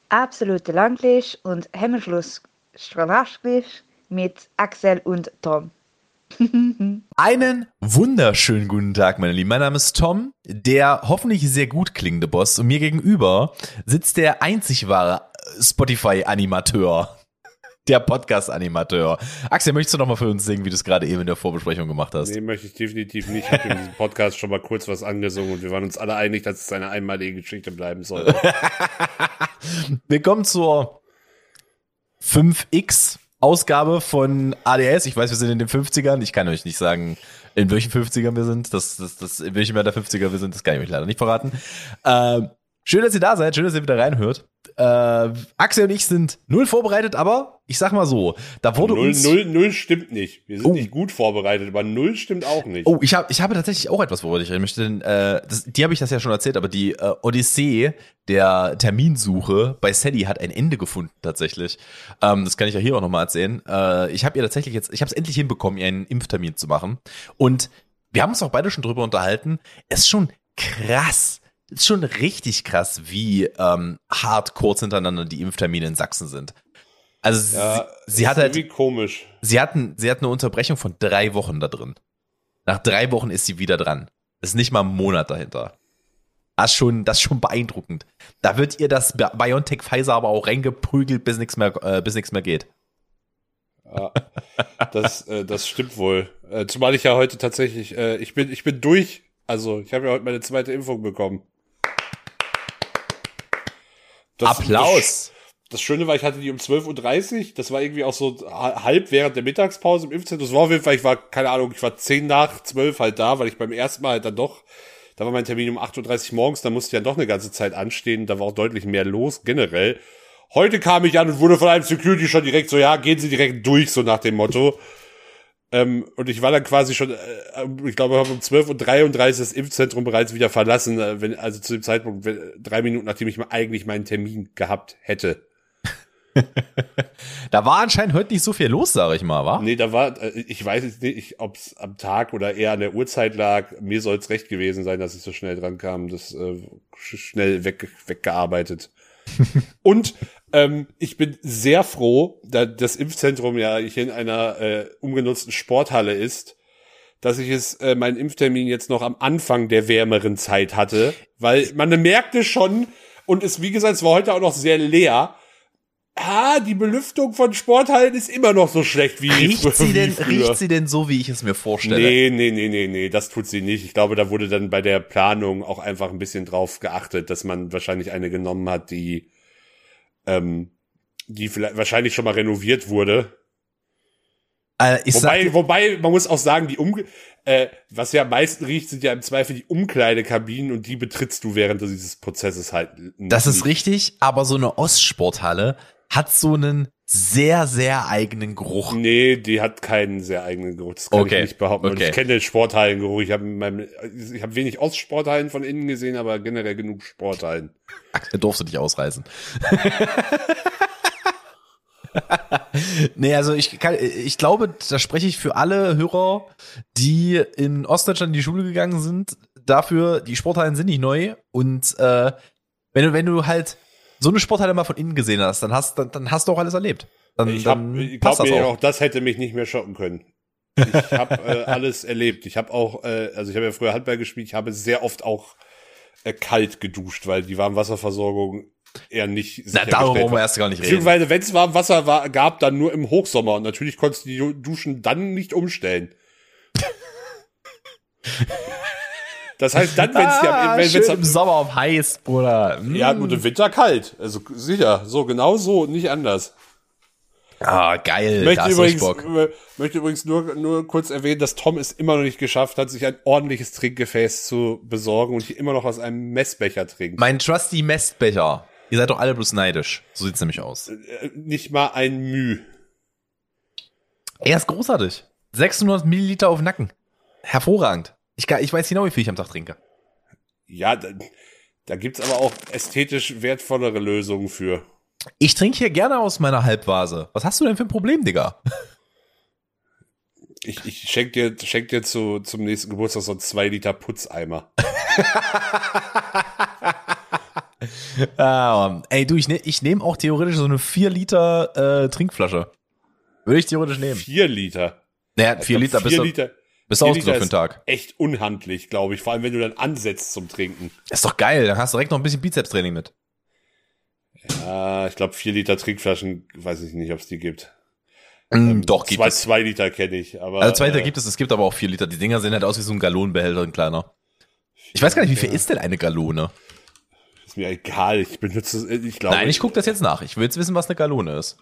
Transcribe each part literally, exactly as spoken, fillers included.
Absolute Langlisch und Hemmschluss Strahlaschglisch mit Axel und Tom. Einen wunderschönen guten Tag, meine Lieben. Mein Name ist Tom, der hoffentlich sehr gut klingende Boss. Und mir gegenüber sitzt der einzig wahre Spotify-Animateur, der Podcast-Animateur. Axel, möchtest du noch mal für uns singen, wie du es gerade eben in der Vorbesprechung gemacht hast? Nee, möchte ich definitiv nicht. Ich habe in diesem Podcast schon mal kurz was angesungen und wir waren uns alle einig, dass es eine einmalige Geschichte bleiben soll. Willkommen zur fünf X Ausgabe von A D S. Ich weiß, wir sind in den fünfzigern. Ich kann euch nicht sagen, in welchen fünfzigern wir sind. Das, das, das, in welchem Jahr der fünfziger wir sind, das kann ich euch leider nicht verraten. Äh, schön, dass ihr da seid. Schön, dass ihr wieder reinhört. Äh, Axel und ich sind null vorbereitet, aber ich sag mal so, da wurde null, uns... Null, null stimmt nicht. Wir sind Oh. nicht gut vorbereitet, aber null stimmt auch nicht. Oh, ich, hab, ich habe tatsächlich auch etwas, worüber ich reden möchte. Denn, äh, das, die habe ich das ja schon erzählt, aber die äh, Odyssee der Terminsuche bei Sally hat ein Ende gefunden tatsächlich. Ähm, das kann ich ja hier auch nochmal erzählen. Äh, ich habe ihr tatsächlich jetzt, ich habe es endlich hinbekommen, ihr einen Impftermin zu machen. Und wir haben uns auch beide schon drüber unterhalten. Es ist schon krass. Es ist schon richtig krass, wie ähm, hart kurz hintereinander die Impftermine in Sachsen sind. Also Ja, sie, sie hat halt, irgendwie komisch. sie hatten, sie hat eine Unterbrechung von drei Wochen da drin. Nach drei Wochen ist sie wieder dran. Ist nicht mal ein Monat dahinter. Das ist schon, das ist schon beeindruckend. Da wird ihr das BioNTech Pfizer aber auch reingeprügelt, bis nichts mehr, äh, bis nichts mehr geht. Ja, das, äh, das stimmt wohl. Äh, zumal ich ja heute tatsächlich, äh, ich bin, ich bin durch. Also ich habe ja heute meine zweite Impfung bekommen. Das, Applaus! Das, das Schöne war, ich hatte die um zwölf Uhr dreißig. Das war irgendwie auch so halb während der Mittagspause im Impfzentrum. Das war auf jeden Fall, ich war, keine Ahnung, ich war zehn nach zwölf halt da, weil ich beim ersten Mal halt dann doch, da war mein Termin um acht Uhr dreißig morgens, da musste ich ja doch eine ganze Zeit anstehen. Da war auch deutlich mehr los, generell. Heute kam ich an und wurde von einem Security schon direkt so, ja, gehen Sie direkt durch, so nach dem Motto. Ähm, und ich war dann quasi schon, äh, ich glaube, ich habe um zwölf Uhr dreiunddreißig das Impfzentrum bereits wieder verlassen, äh, wenn, also zu dem Zeitpunkt, wenn, drei Minuten nachdem ich mal eigentlich meinen Termin gehabt hätte. Da war anscheinend heute nicht so viel los, sage ich mal, wa? Nee, da war, äh, ich weiß jetzt nicht, ob es am Tag oder eher an der Uhrzeit lag. Mir soll es recht gewesen sein, dass ich so schnell dran kam, das äh, schnell weg, weggearbeitet. Und ähm, ich bin sehr froh, da das Impfzentrum ja hier in einer äh, umgenutzten Sporthalle ist, dass ich es äh, meinen Impftermin jetzt noch am Anfang der wärmeren Zeit hatte, weil man merkte schon, und es, wie gesagt, es war heute auch noch sehr leer, ah, die Belüftung von Sporthallen ist immer noch so schlecht wie, Riecht sie wie denn, früher. riecht sie denn so, wie ich es mir vorstelle? Nee, nee, nee, nee, nee, das tut sie nicht. Ich glaube, da wurde dann bei der Planung auch einfach ein bisschen drauf geachtet, dass man wahrscheinlich eine genommen hat, die ähm, die vielleicht wahrscheinlich schon mal renoviert wurde. Äh, ich Wobei, sag, wobei, man muss auch sagen, die um äh, was ja am meisten riecht, sind ja im Zweifel die Umkleidekabinen und die betrittst du während dieses Prozesses halt. das ist nicht. richtig, aber so eine Ostsporthalle hat so einen sehr, sehr eigenen Geruch. Nee, die hat keinen sehr eigenen Geruch. Das kann Okay, ich nicht behaupten. Und okay. ich kenne den Sporthallengeruch. Ich habe ich habe wenig Ostsporthallen von innen gesehen, aber generell genug Sporthallen. Er durfte dich ausreißen. Nee, also ich kann, ich glaube, da spreche ich für alle Hörer, die in Ostdeutschland in die Schule gegangen sind, dafür, die Sporthallen sind nicht neu und äh, wenn du, wenn du halt so eine Sporthalle mal von innen gesehen hast, dann hast, dann, dann hast du auch alles erlebt. Dann, Ich dann habe, ich passt glaube das mir auch. auch, das hätte mich nicht mehr schocken können. Ich habe äh, alles erlebt. Ich habe auch, äh, also ich habe ja früher Handball gespielt. Ich habe sehr oft auch äh, kalt geduscht, weil die Warmwasserversorgung eher nicht Na, darüber wollen wir erst gar nicht reden. Beziehungsweise, wenn es warm Wasser war, gab, dann nur im Hochsommer. Und natürlich konntest du die Duschen dann nicht umstellen. Das heißt, dann, wenn es Ah, ja, wenn, schön wenn's im Sommer auf heiß, Bruder. Mm. ja, und im Winter kalt. Also sicher, so genau so, nicht anders. Ah, geil. Möchte da übrigens, Bock. äh, möchte übrigens nur, nur kurz erwähnen, dass Tom es immer noch nicht geschafft hat, sich ein ordentliches Trinkgefäß zu besorgen und hier immer noch aus einem Messbecher trinkt. Mein Trusty Messbecher. Ihr seid doch alle bloß neidisch. So sieht's nämlich aus. Äh, nicht mal ein Müh. Er ist großartig. sechshundert Milliliter auf den Nacken. Hervorragend. Ich, kann- ich weiß genau, wie viel ich am Tag trinke. Ja, da, da gibt's aber auch ästhetisch wertvollere Lösungen für. Ich trinke hier gerne aus meiner Halbvase. Was hast du denn für ein Problem, Digga? Ich, ich schenk dir, schenk dir zu, zum nächsten Geburtstag so ein zwei Liter Putzeimer. Ah, ey, du, ich, ne, ich nehme auch theoretisch so eine vier Liter äh, Trinkflasche. Würde ich theoretisch nehmen. Vier Liter. Naja, vier Liter, vier bist du, Liter, bist du vier ausgesucht Liter für den ist Tag. echt unhandlich, glaube ich. Vor allem, wenn du dann ansetzt zum Trinken. Ist doch geil, dann hast du direkt noch ein bisschen Bizepstraining mit. Ja, ich glaube, vier Liter Trinkflaschen, weiß ich nicht, ob es die gibt. Mm, Ähm, doch, gibt zwei, es. Zwei Liter kenne ich, aber. Also zwei Liter äh, gibt es, es gibt aber auch vier Liter. Die Dinger sehen halt aus wie so ein Gallonenbehälter, ein kleiner. Ich weiß gar nicht, wie viel ist denn eine Gallone? Ist mir egal, ich benutze es, ich glaube. Nein, ich gucke das jetzt nach. Ich will jetzt wissen, was eine Gallone ist.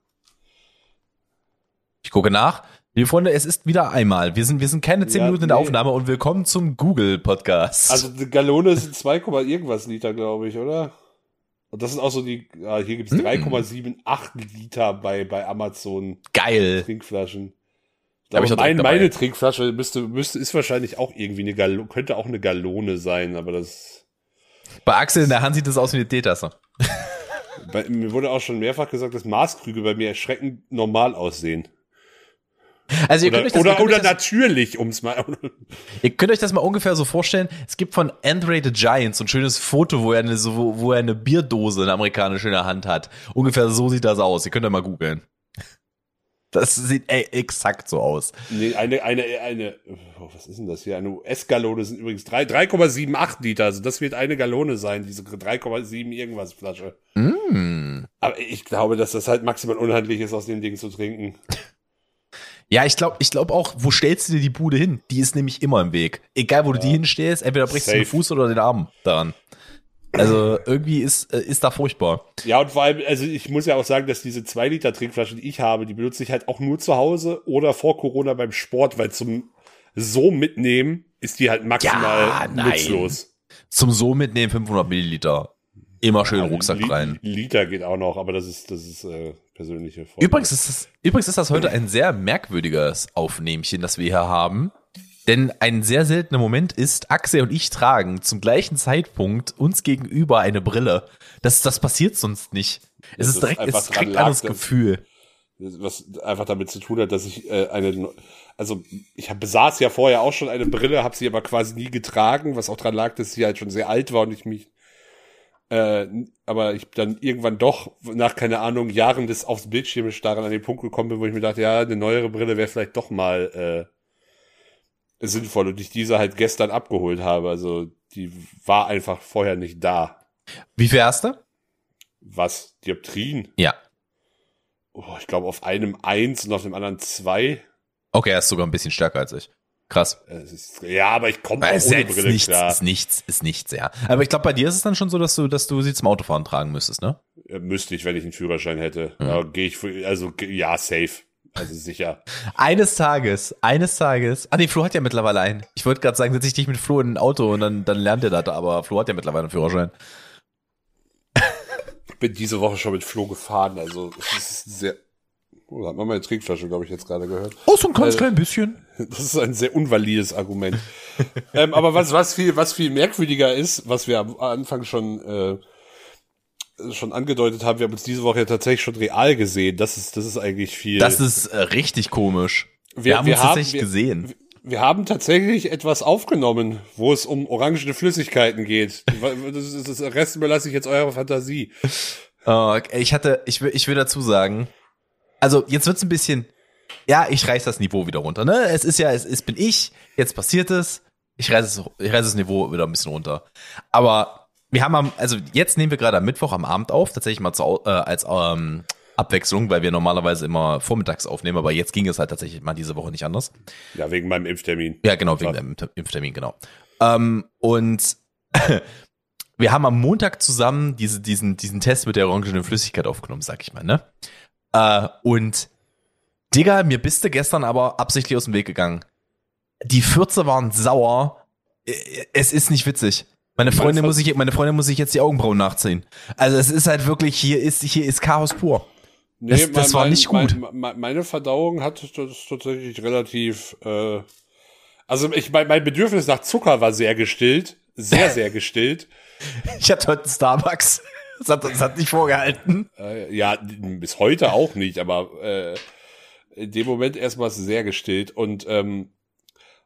Ich gucke nach. Liebe Freunde, es ist wieder einmal. Wir sind, wir sind keine zehn Ja, Minuten in der nee. Aufnahme und willkommen zum Google-Podcast. Also eine Gallone sind zwei, irgendwas Liter, glaube ich, oder? Und das sind auch so die, ah, hier gibt's Hm. drei Komma siebenundachtzig Liter bei, bei Amazon Geil. Trinkflaschen. Ich Da hab glaube, ich doch mein, direkt dabei. meine Trinkflasche müsste, müsste, ist wahrscheinlich auch irgendwie eine Gallone, könnte auch eine Gallone sein, aber das, Bei Axel in der Hand sieht das aus wie eine Teetasse. bei, mir wurde auch schon mehrfach gesagt, dass Maßkrüge bei mir erschreckend normal aussehen. Also ihr Oder, könnt euch das, ihr oder, könnt oder euch das, natürlich, ums mal. ihr könnt euch das mal ungefähr so vorstellen. Es gibt von Andre the Giant so ein schönes Foto, wo er eine, so, wo, wo er eine Bierdose, eine amerikanische, in der Hand hat. Ungefähr so sieht das aus. Ihr könnt ja mal googeln. Das sieht ey, exakt so aus. Nee, eine, eine, eine, oh, was ist denn das hier? Eine U S-Gallone sind übrigens drei Komma achtzig Liter. Also das wird eine Gallone sein, diese drei Komma sieben irgendwas Flasche. Mm. Aber ich glaube, dass das halt maximal unhandlich ist, aus dem Ding zu trinken. Ja, ich glaube ich glaub auch, wo stellst du dir die Bude hin? Die ist nämlich immer im Weg. Egal, wo du die hinstellst, entweder brichst du den Safe. Fuß oder den Arm daran. Also irgendwie ist, äh, ist da furchtbar. Ja, und vor allem, also ich muss ja auch sagen, dass diese zwei Liter Trinkflaschen, die ich habe, die benutze ich halt auch nur zu Hause oder vor Corona beim Sport, weil zum so mitnehmen ist die halt maximal Ja, nein. nutzlos. Zum so mitnehmen fünfhundert Milliliter. Immer schön Ja, Rucksack Li- rein. Liter geht auch noch, aber das ist, das ist äh, persönliche Vorteil. Übrigens ist, das, übrigens ist das heute ein sehr merkwürdiges Aufnehmchen, das wir hier haben. Denn ein sehr seltener Moment ist, Axel und ich tragen zum gleichen Zeitpunkt uns gegenüber eine Brille. Das, das passiert sonst nicht. Es Das ist direkt, ist es einfach ist direkt dran anderes lag, dass- Gefühl. Was einfach damit zu tun hat, dass ich äh, eine, also ich hab, besaß ja vorher auch schon eine Brille, habe sie aber quasi nie getragen, was auch dran lag, dass sie halt schon sehr alt war und ich mich, äh, aber ich dann irgendwann doch nach, keine Ahnung, Jahren des aufs Bildschirme starren an den Punkt gekommen bin, wo ich mir dachte, ja, eine neuere Brille wäre vielleicht doch mal äh, sinnvoll und ich diese halt gestern abgeholt habe. Also die war einfach vorher nicht da. Wie viel hast du? Was? Dioptrien? Ja. Oh, ich glaube auf einem eins und auf dem anderen zwei. Okay, er ist sogar ein bisschen stärker als ich. Krass. Es ist, ja, aber ich komme auch Ist ohne jetzt Brille nichts, klar. ist nichts, ist nichts, ja. Aber ich glaube, bei dir ist es dann schon so, dass du, dass du sie zum Autofahren tragen müsstest, ne? Ja, müsste ich, wenn ich einen Führerschein hätte. Ja, gehe ich, für, also ge- ja, safe. Also sicher. Eines Tages, eines Tages. Ah, nee, Flo hat ja mittlerweile einen. Ich wollte gerade sagen, setze ich dich mit Flo in ein Auto und dann, dann lernt er das, aber Flo hat ja mittlerweile einen Führerschein. Ich bin diese Woche schon mit Flo gefahren, also es ist sehr. Oh, da hat man meine Trinkflasche, glaube ich, jetzt gerade gehört. Oh, so ein ganz Äh, klein bisschen. Das ist ein sehr unvalides Argument. ähm, aber was, was viel, was viel merkwürdiger ist, was wir am Anfang schon, äh, schon angedeutet haben, wir haben uns diese Woche ja tatsächlich schon real gesehen. Das ist, das ist eigentlich viel. Das ist äh, richtig komisch. Wir, Wir- haben wir uns haben- tatsächlich wir- gesehen. Wir haben tatsächlich etwas aufgenommen, wo es um orangene Flüssigkeiten geht. Das, ist, das Rest überlasse ich jetzt eurer Fantasie. Äh, ich hatte, ich will, ich will dazu sagen, also jetzt wird's ein bisschen, ja, ich reiß das Niveau wieder runter, ne? Es ist ja, es ist, bin ich, jetzt passiert es, ich reiß es, ich reiß das Niveau wieder ein bisschen runter. Aber wir haben am, also jetzt nehmen wir gerade am Mittwoch am Abend auf, tatsächlich mal zu, äh, als ähm, Abwechslung, weil wir normalerweise immer vormittags aufnehmen, aber jetzt ging es halt tatsächlich mal diese Woche nicht anders. Ja, wegen meinem Impftermin. Ja, genau, wegen dem Impftermin, genau. Ähm, und wir haben am Montag zusammen diese, diesen, diesen Test mit der orangenen Flüssigkeit aufgenommen, sag ich mal, ne? Äh, und Digga, mir bist du gestern aber absichtlich aus dem Weg gegangen. Die Fürze waren sauer. Es ist nicht witzig. Meine Freundin muss ich, meine Freundin muss sich jetzt die Augenbrauen nachziehen. Also es ist halt wirklich, hier ist, hier ist Chaos pur. Das- das war nicht gut. Mein, mein, meine Verdauung hat das tatsächlich relativ, äh, also ich, mein, mein Bedürfnis nach Zucker war sehr gestillt. Sehr, sehr gestillt. Ich hatte heute einen Starbucks. Das hat, das hat nicht vorgehalten. Äh, ja, bis heute auch nicht, aber äh, in dem Moment erstmal sehr gestillt. Und ähm,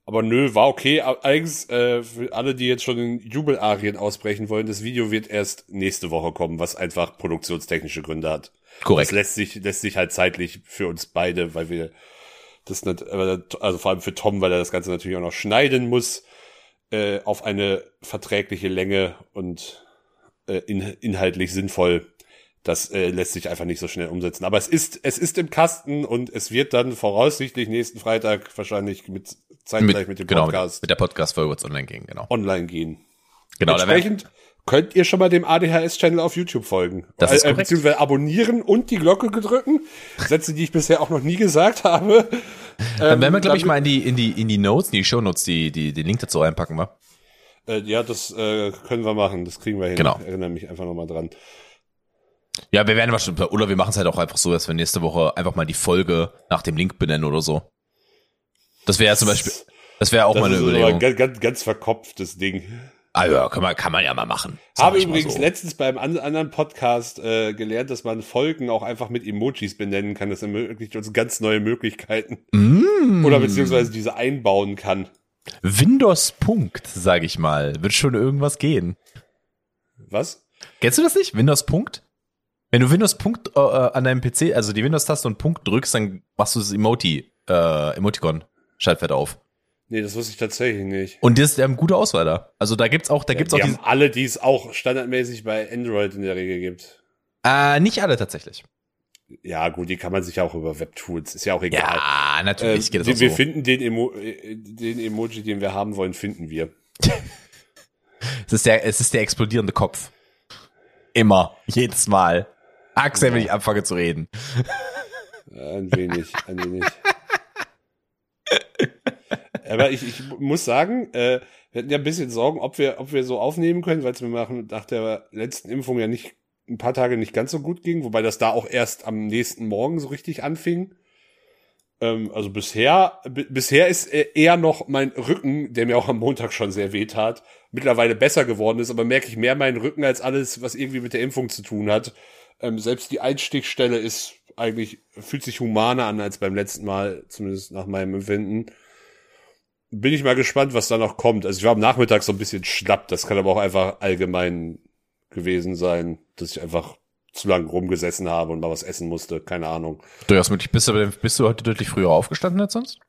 Aber nö, war okay. Allerdings, äh, für alle, die jetzt schon in Jubelarien ausbrechen wollen, das Video wird erst nächste Woche kommen, was einfach produktionstechnische Gründe hat. Korrekt. Das lässt sich, lässt sich halt zeitlich für uns beide, weil wir das nicht, also vor allem für Tom, weil er das Ganze natürlich auch noch schneiden muss, äh, auf eine verträgliche Länge und äh, in, inhaltlich sinnvoll. Das äh, lässt sich einfach nicht so schnell umsetzen. Aber es ist, es ist im Kasten und es wird dann voraussichtlich nächsten Freitag wahrscheinlich mit zeitgleich mit, mit dem genau, Podcast mit der Podcast-Folge wird's online gehen, genau. online gehen. Genau, da Entsprechend könnt ihr schon mal dem A D H S-Channel auf YouTube folgen. Das ist äh, korrekt. Beziehungsweise abonnieren und die Glocke drücken. Sätze, die ich bisher auch noch nie gesagt habe. Dann werden wir, glaube ich, damit- mal in die, in die, in die Notes, in die Shownotes, die, die, den Link dazu reinpacken, wa? Äh, ja, das äh, können wir machen. Das kriegen wir hin. Genau. Ich erinnere mich einfach nochmal dran. Ja, wir werden wahrscheinlich, oder wir machen es halt auch einfach so, dass wir nächste Woche einfach mal die Folge nach dem Link benennen oder so. Das wäre ja zum Beispiel, das wäre auch Das mal eine ist aber Überlegung. ein ganz, ganz, ganz verkopftes Ding. Ah ja, kann man, kann man ja mal machen. Sag Habe ich mal übrigens so. letztens beim an, anderen Podcast äh, gelernt, dass man Folgen auch einfach mit Emojis benennen kann. Das ermöglicht uns ganz neue Möglichkeiten. Mm. Oder beziehungsweise diese einbauen kann. Windows Punkt, sage ich mal. Wird schon irgendwas gehen. Was? Kennst du das nicht? Windows Punkt? Wenn du Windows Punkt äh, an deinem P C, also die Windows-Taste und Punkt drückst, dann machst du das Emoti, äh, Emoticon, Schaltfeld auf. Nee, das wusste ich tatsächlich nicht. Und das ist ja eine gute Auswahl da. Also da gibt's auch, da gibt's Die auch haben die, alle, die es auch standardmäßig bei Android in der Regel gibt. äh, nicht alle tatsächlich. Ja, gut, die kann man sich auch über Webtools, ist ja auch egal. Ja, natürlich Äh, geht das wir auch wir so. finden den, Emo äh, den Emoji, den wir haben wollen, finden wir. Es ist der, es ist der explodierende Kopf. Immer, jedes Mal. Axel, wenn ich anfange zu reden. Äh, ein wenig, ein wenig. Aber ich, ich muss sagen, äh, wir hatten ja ein bisschen Sorgen, ob wir, ob wir so aufnehmen können, weil es mir machen nach der letzten Impfung ja nicht ein paar Tage nicht ganz so gut ging, wobei das da auch erst am nächsten Morgen so richtig anfing. Ähm, also bisher, b- bisher ist äh, eher noch mein Rücken, der mir auch am Montag schon sehr weh tat, mittlerweile besser geworden ist, aber merke ich mehr meinen Rücken als alles, was irgendwie mit der Impfung zu tun hat. Ähm, selbst die Einstichstelle ist eigentlich, fühlt sich humaner an als beim letzten Mal, zumindest nach meinem Empfinden. Bin ich mal gespannt, was da noch kommt. Also ich war am Nachmittag so ein bisschen schlapp, das kann aber auch einfach allgemein gewesen sein, dass ich einfach zu lange rumgesessen habe und mal was essen musste, keine Ahnung. Durchaus möglich. Bist du, bist du heute deutlich früher aufgestanden als sonst?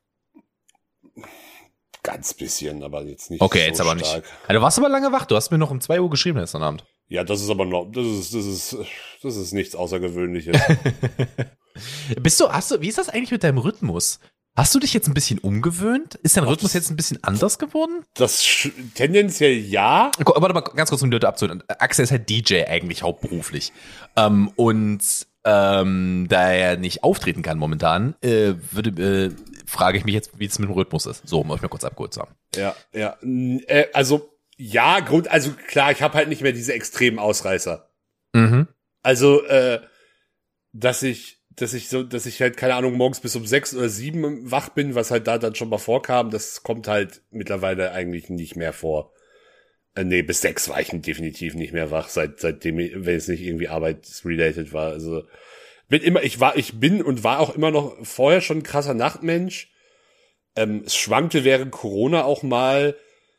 Ganz bisschen, aber jetzt nicht Okay, so jetzt aber stark. nicht. Ja, du warst aber lange wach. Du hast mir noch um zwei Uhr geschrieben gestern Abend. Ja, das ist aber noch, das ist, das ist, das ist nichts Außergewöhnliches. Bist du, hast du, wie ist das eigentlich mit deinem Rhythmus? Hast du dich jetzt ein bisschen umgewöhnt? Ist dein Rhythmus jetzt ein bisschen anders geworden? Das sch- tendenziell ja. Guck, warte mal, ganz kurz, um die Leute abzuholen. Axel ist halt D J eigentlich hauptberuflich. Ähm, und ähm, da er nicht auftreten kann momentan, äh, würde, äh, frage ich mich jetzt, wie es mit dem Rhythmus ist. So, um euch mal kurz abgeholt zu haben. Ja, ja. N- Äh, also, ja, Grund, also klar, ich habe halt nicht mehr diese extremen Ausreißer. Mhm. Also, äh, dass ich, dass ich so, dass ich halt, keine Ahnung, morgens bis um sechs oder sieben wach bin, was halt da dann schon mal vorkam, das kommt halt mittlerweile eigentlich nicht mehr vor. Äh, nee, bis sechs war ich definitiv nicht mehr wach, seit, seitdem, ich- wenn es nicht irgendwie arbeitsrelated war. Also, bin immer, ich war, ich bin und war auch immer noch vorher schon ein krasser Nachtmensch. Ähm, es schwankte während Corona auch mal.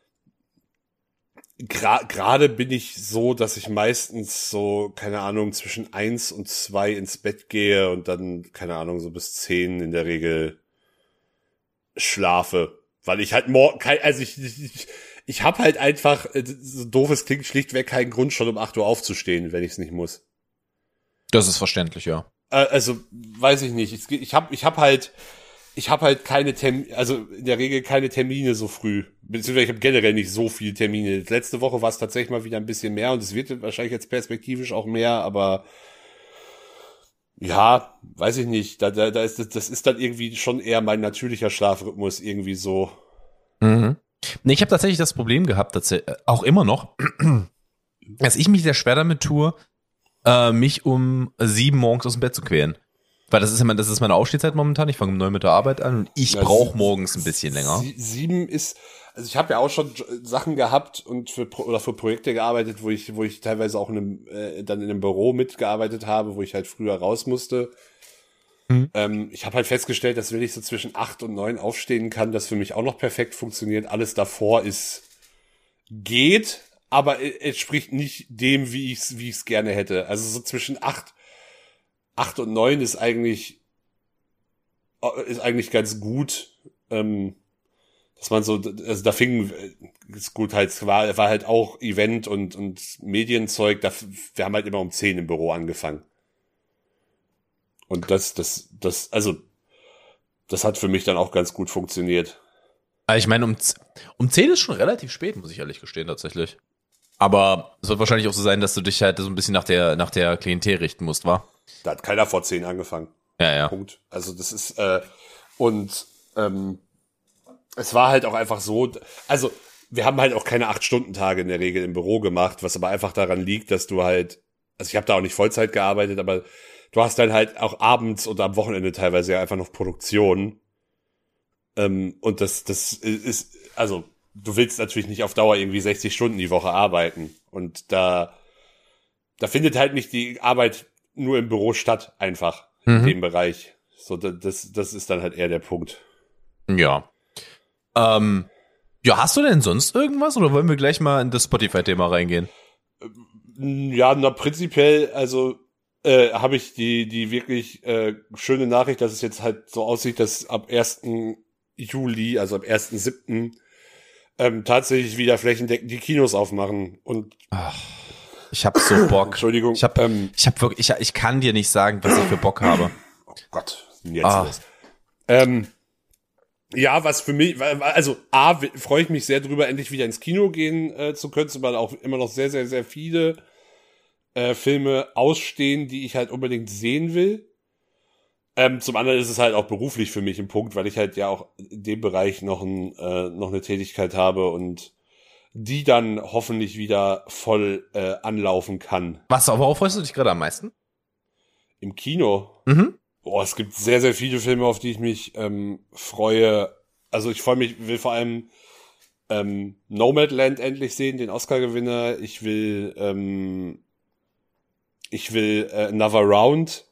Gra- Gerade bin ich so, dass ich meistens so, keine Ahnung, zwischen eins und zwei ins Bett gehe und dann, keine Ahnung, so bis zehn in der Regel schlafe. Weil ich halt morgen, also ich, ich, ich habe halt einfach, äh, so doof es klingt, schlichtweg keinen Grund, schon um acht Uhr aufzustehen, wenn ich es nicht muss. Das ist verständlich, ja. Äh, also, weiß ich nicht. Ich, ich habe ich hab halt, ich habe halt keine Termine, also in der Regel keine Termine so früh. Beziehungsweise ich habe generell nicht so viele Termine. Letzte Woche war es tatsächlich mal wieder ein bisschen mehr und es wird wahrscheinlich jetzt perspektivisch auch mehr, aber ja, weiß ich nicht. Da, da, da ist das, das ist dann irgendwie schon eher mein natürlicher Schlafrhythmus irgendwie so. Mhm. Nee, ich habe tatsächlich das Problem gehabt, dass, äh, auch immer noch, dass ich mich sehr schwer damit tue, äh, mich um sieben morgens aus dem Bett zu quälen. Weil das ist immer, das ist meine Aufstehzeit momentan. Ich fange um neun mit der Arbeit an und ich Ja, brauche sie- morgens ein bisschen länger. Sie, sieben ist, also ich habe ja auch schon J- Sachen gehabt und für Pro- oder für Projekte gearbeitet, wo ich, wo ich teilweise auch in einem, äh, dann in einem Büro mitgearbeitet habe, wo ich halt früher raus musste. Hm. Ähm, ich habe halt festgestellt, dass wenn ich so zwischen acht und neun aufstehen kann, das für mich auch noch perfekt funktioniert. Alles davor ist, geht, aber es entspricht nicht dem, wie ich es wie ich's gerne hätte. Also so zwischen acht, acht und neun ist eigentlich, ist eigentlich ganz gut. Ähm, dass man so, also da fing, ist gut halt, es war, war halt auch Event und, und Medienzeug, da, wir haben halt immer um zehn im Büro angefangen. Und das, das, das, also, das hat für mich dann auch ganz gut funktioniert. Also ich meine, um, um zehn ist schon relativ spät, muss ich ehrlich gestehen, tatsächlich. Aber es wird wahrscheinlich auch so sein, dass du dich halt so ein bisschen nach der, nach der Klientel richten musst, wa? Da hat keiner vor zehn angefangen. Ja, ja. Punkt. Also das ist, äh, und, ähm, es war halt auch einfach so, also wir haben halt auch keine acht-Stunden-Tage in der Regel im Büro gemacht, was aber einfach daran liegt, dass du halt, also ich habe da auch nicht Vollzeit gearbeitet, aber du hast dann halt auch abends und am Wochenende teilweise ja einfach noch Produktion. Ähm, und das, das ist, also du willst natürlich nicht auf Dauer irgendwie sechzig Stunden die Woche arbeiten. Und da, da findet halt nicht die Arbeit nur im Büro statt, einfach Mhm. in dem Bereich. So, das, das ist dann halt eher der Punkt. Ja. Ähm, ja, hast du denn sonst irgendwas oder wollen wir gleich mal in das Spotify-Thema reingehen? Ja, na prinzipiell, also äh, habe ich die die wirklich äh, schöne Nachricht, dass es jetzt halt so aussieht, dass ab ersten Juli, also ab ersten siebten ähm, tatsächlich wieder flächendeckend die Kinos aufmachen. Und Ach, ich hab so Bock. Entschuldigung, Ich hab, ähm, ich hab wirklich, ich, ich kann dir nicht sagen, was ich für Bock habe. oh Gott, was ist denn jetzt Ah. los? Ähm, ja, was für mich, also A, freue ich mich sehr drüber, endlich wieder ins Kino gehen äh, zu können, weil auch immer noch sehr, sehr, sehr viele äh, Filme ausstehen, die ich halt unbedingt sehen will. Ähm, zum anderen ist es halt auch beruflich für mich ein Punkt, weil ich halt ja auch in dem Bereich noch, ein, äh, noch eine Tätigkeit habe und die dann hoffentlich wieder voll äh, anlaufen kann. Was, worauf freust du dich gerade am meisten? Im Kino. Mhm. Boah, es gibt sehr, sehr viele Filme, auf die ich mich ähm, freue. Also ich freue mich, will vor allem ähm, Nomadland endlich sehen, den Oscar-Gewinner. Ich will, ähm, ich will äh, Another Round.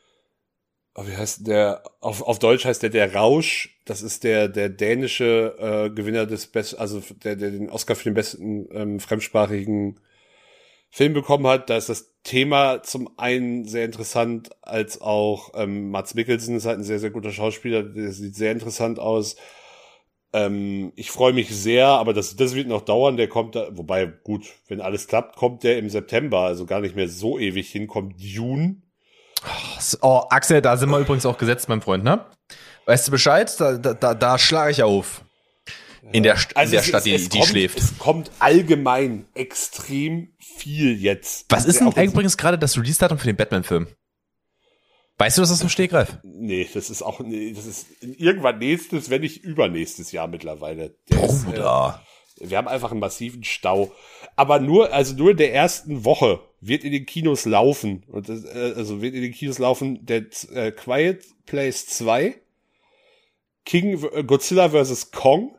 Oh, wie heißt der? Auf, auf Deutsch heißt der Der Rausch. Das ist der der dänische äh, Gewinner des besten, also der der den Oscar für den besten ähm, fremdsprachigen Film bekommen hat. Da ist das Thema zum einen sehr interessant, als auch ähm, Mads Mikkelsen ist halt ein sehr, sehr guter Schauspieler, der sieht sehr interessant aus. Ähm, ich freue mich sehr, aber das, das wird noch dauern, der kommt da, wobei, gut, wenn alles klappt, kommt der im September, also gar nicht mehr so ewig hin, kommt Dune. Oh, Axel, da sind wir übrigens auch gesetzt, mein Freund, ne? Weißt du Bescheid? Da, da, da, da schlage ich auf. In der, St- Also in der es, Stadt, es, die, es die kommt, schläft. Es kommt allgemein extrem viel jetzt. Was ist denn Auch jetzt- übrigens gerade das Release-Datum für den Batman-Film? Weißt du das aus dem Stegreif? Nee, das ist auch, nee, das ist irgendwann nächstes, wenn nicht übernächstes Jahr mittlerweile. Der ist, äh, Bruder. wir haben einfach einen massiven Stau. Aber nur, also nur in der ersten Woche wird in den Kinos laufen. Und das, äh, also wird in den Kinos laufen der äh, Quiet Place zwei, King äh, Godzilla versus. Kong,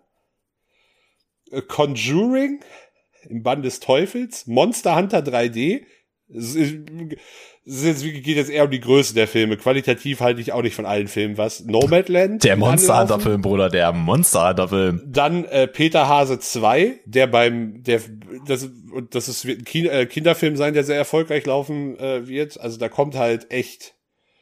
äh, Conjuring im Bann des Teufels, Monster Hunter drei D. Es ist, es ist, es geht jetzt eher um die Größe der Filme. Qualitativ halte ich auch nicht von allen Filmen was. Nomadland. Der Monster anlaufen. Hunter Film, Bruder, der Monster Hunter Film. Dann äh, Peter Hase zwei, der beim, der, das, und das ist, wird ein Ki- äh, Kinderfilm sein, der sehr erfolgreich laufen äh, wird. Also da kommt halt echt,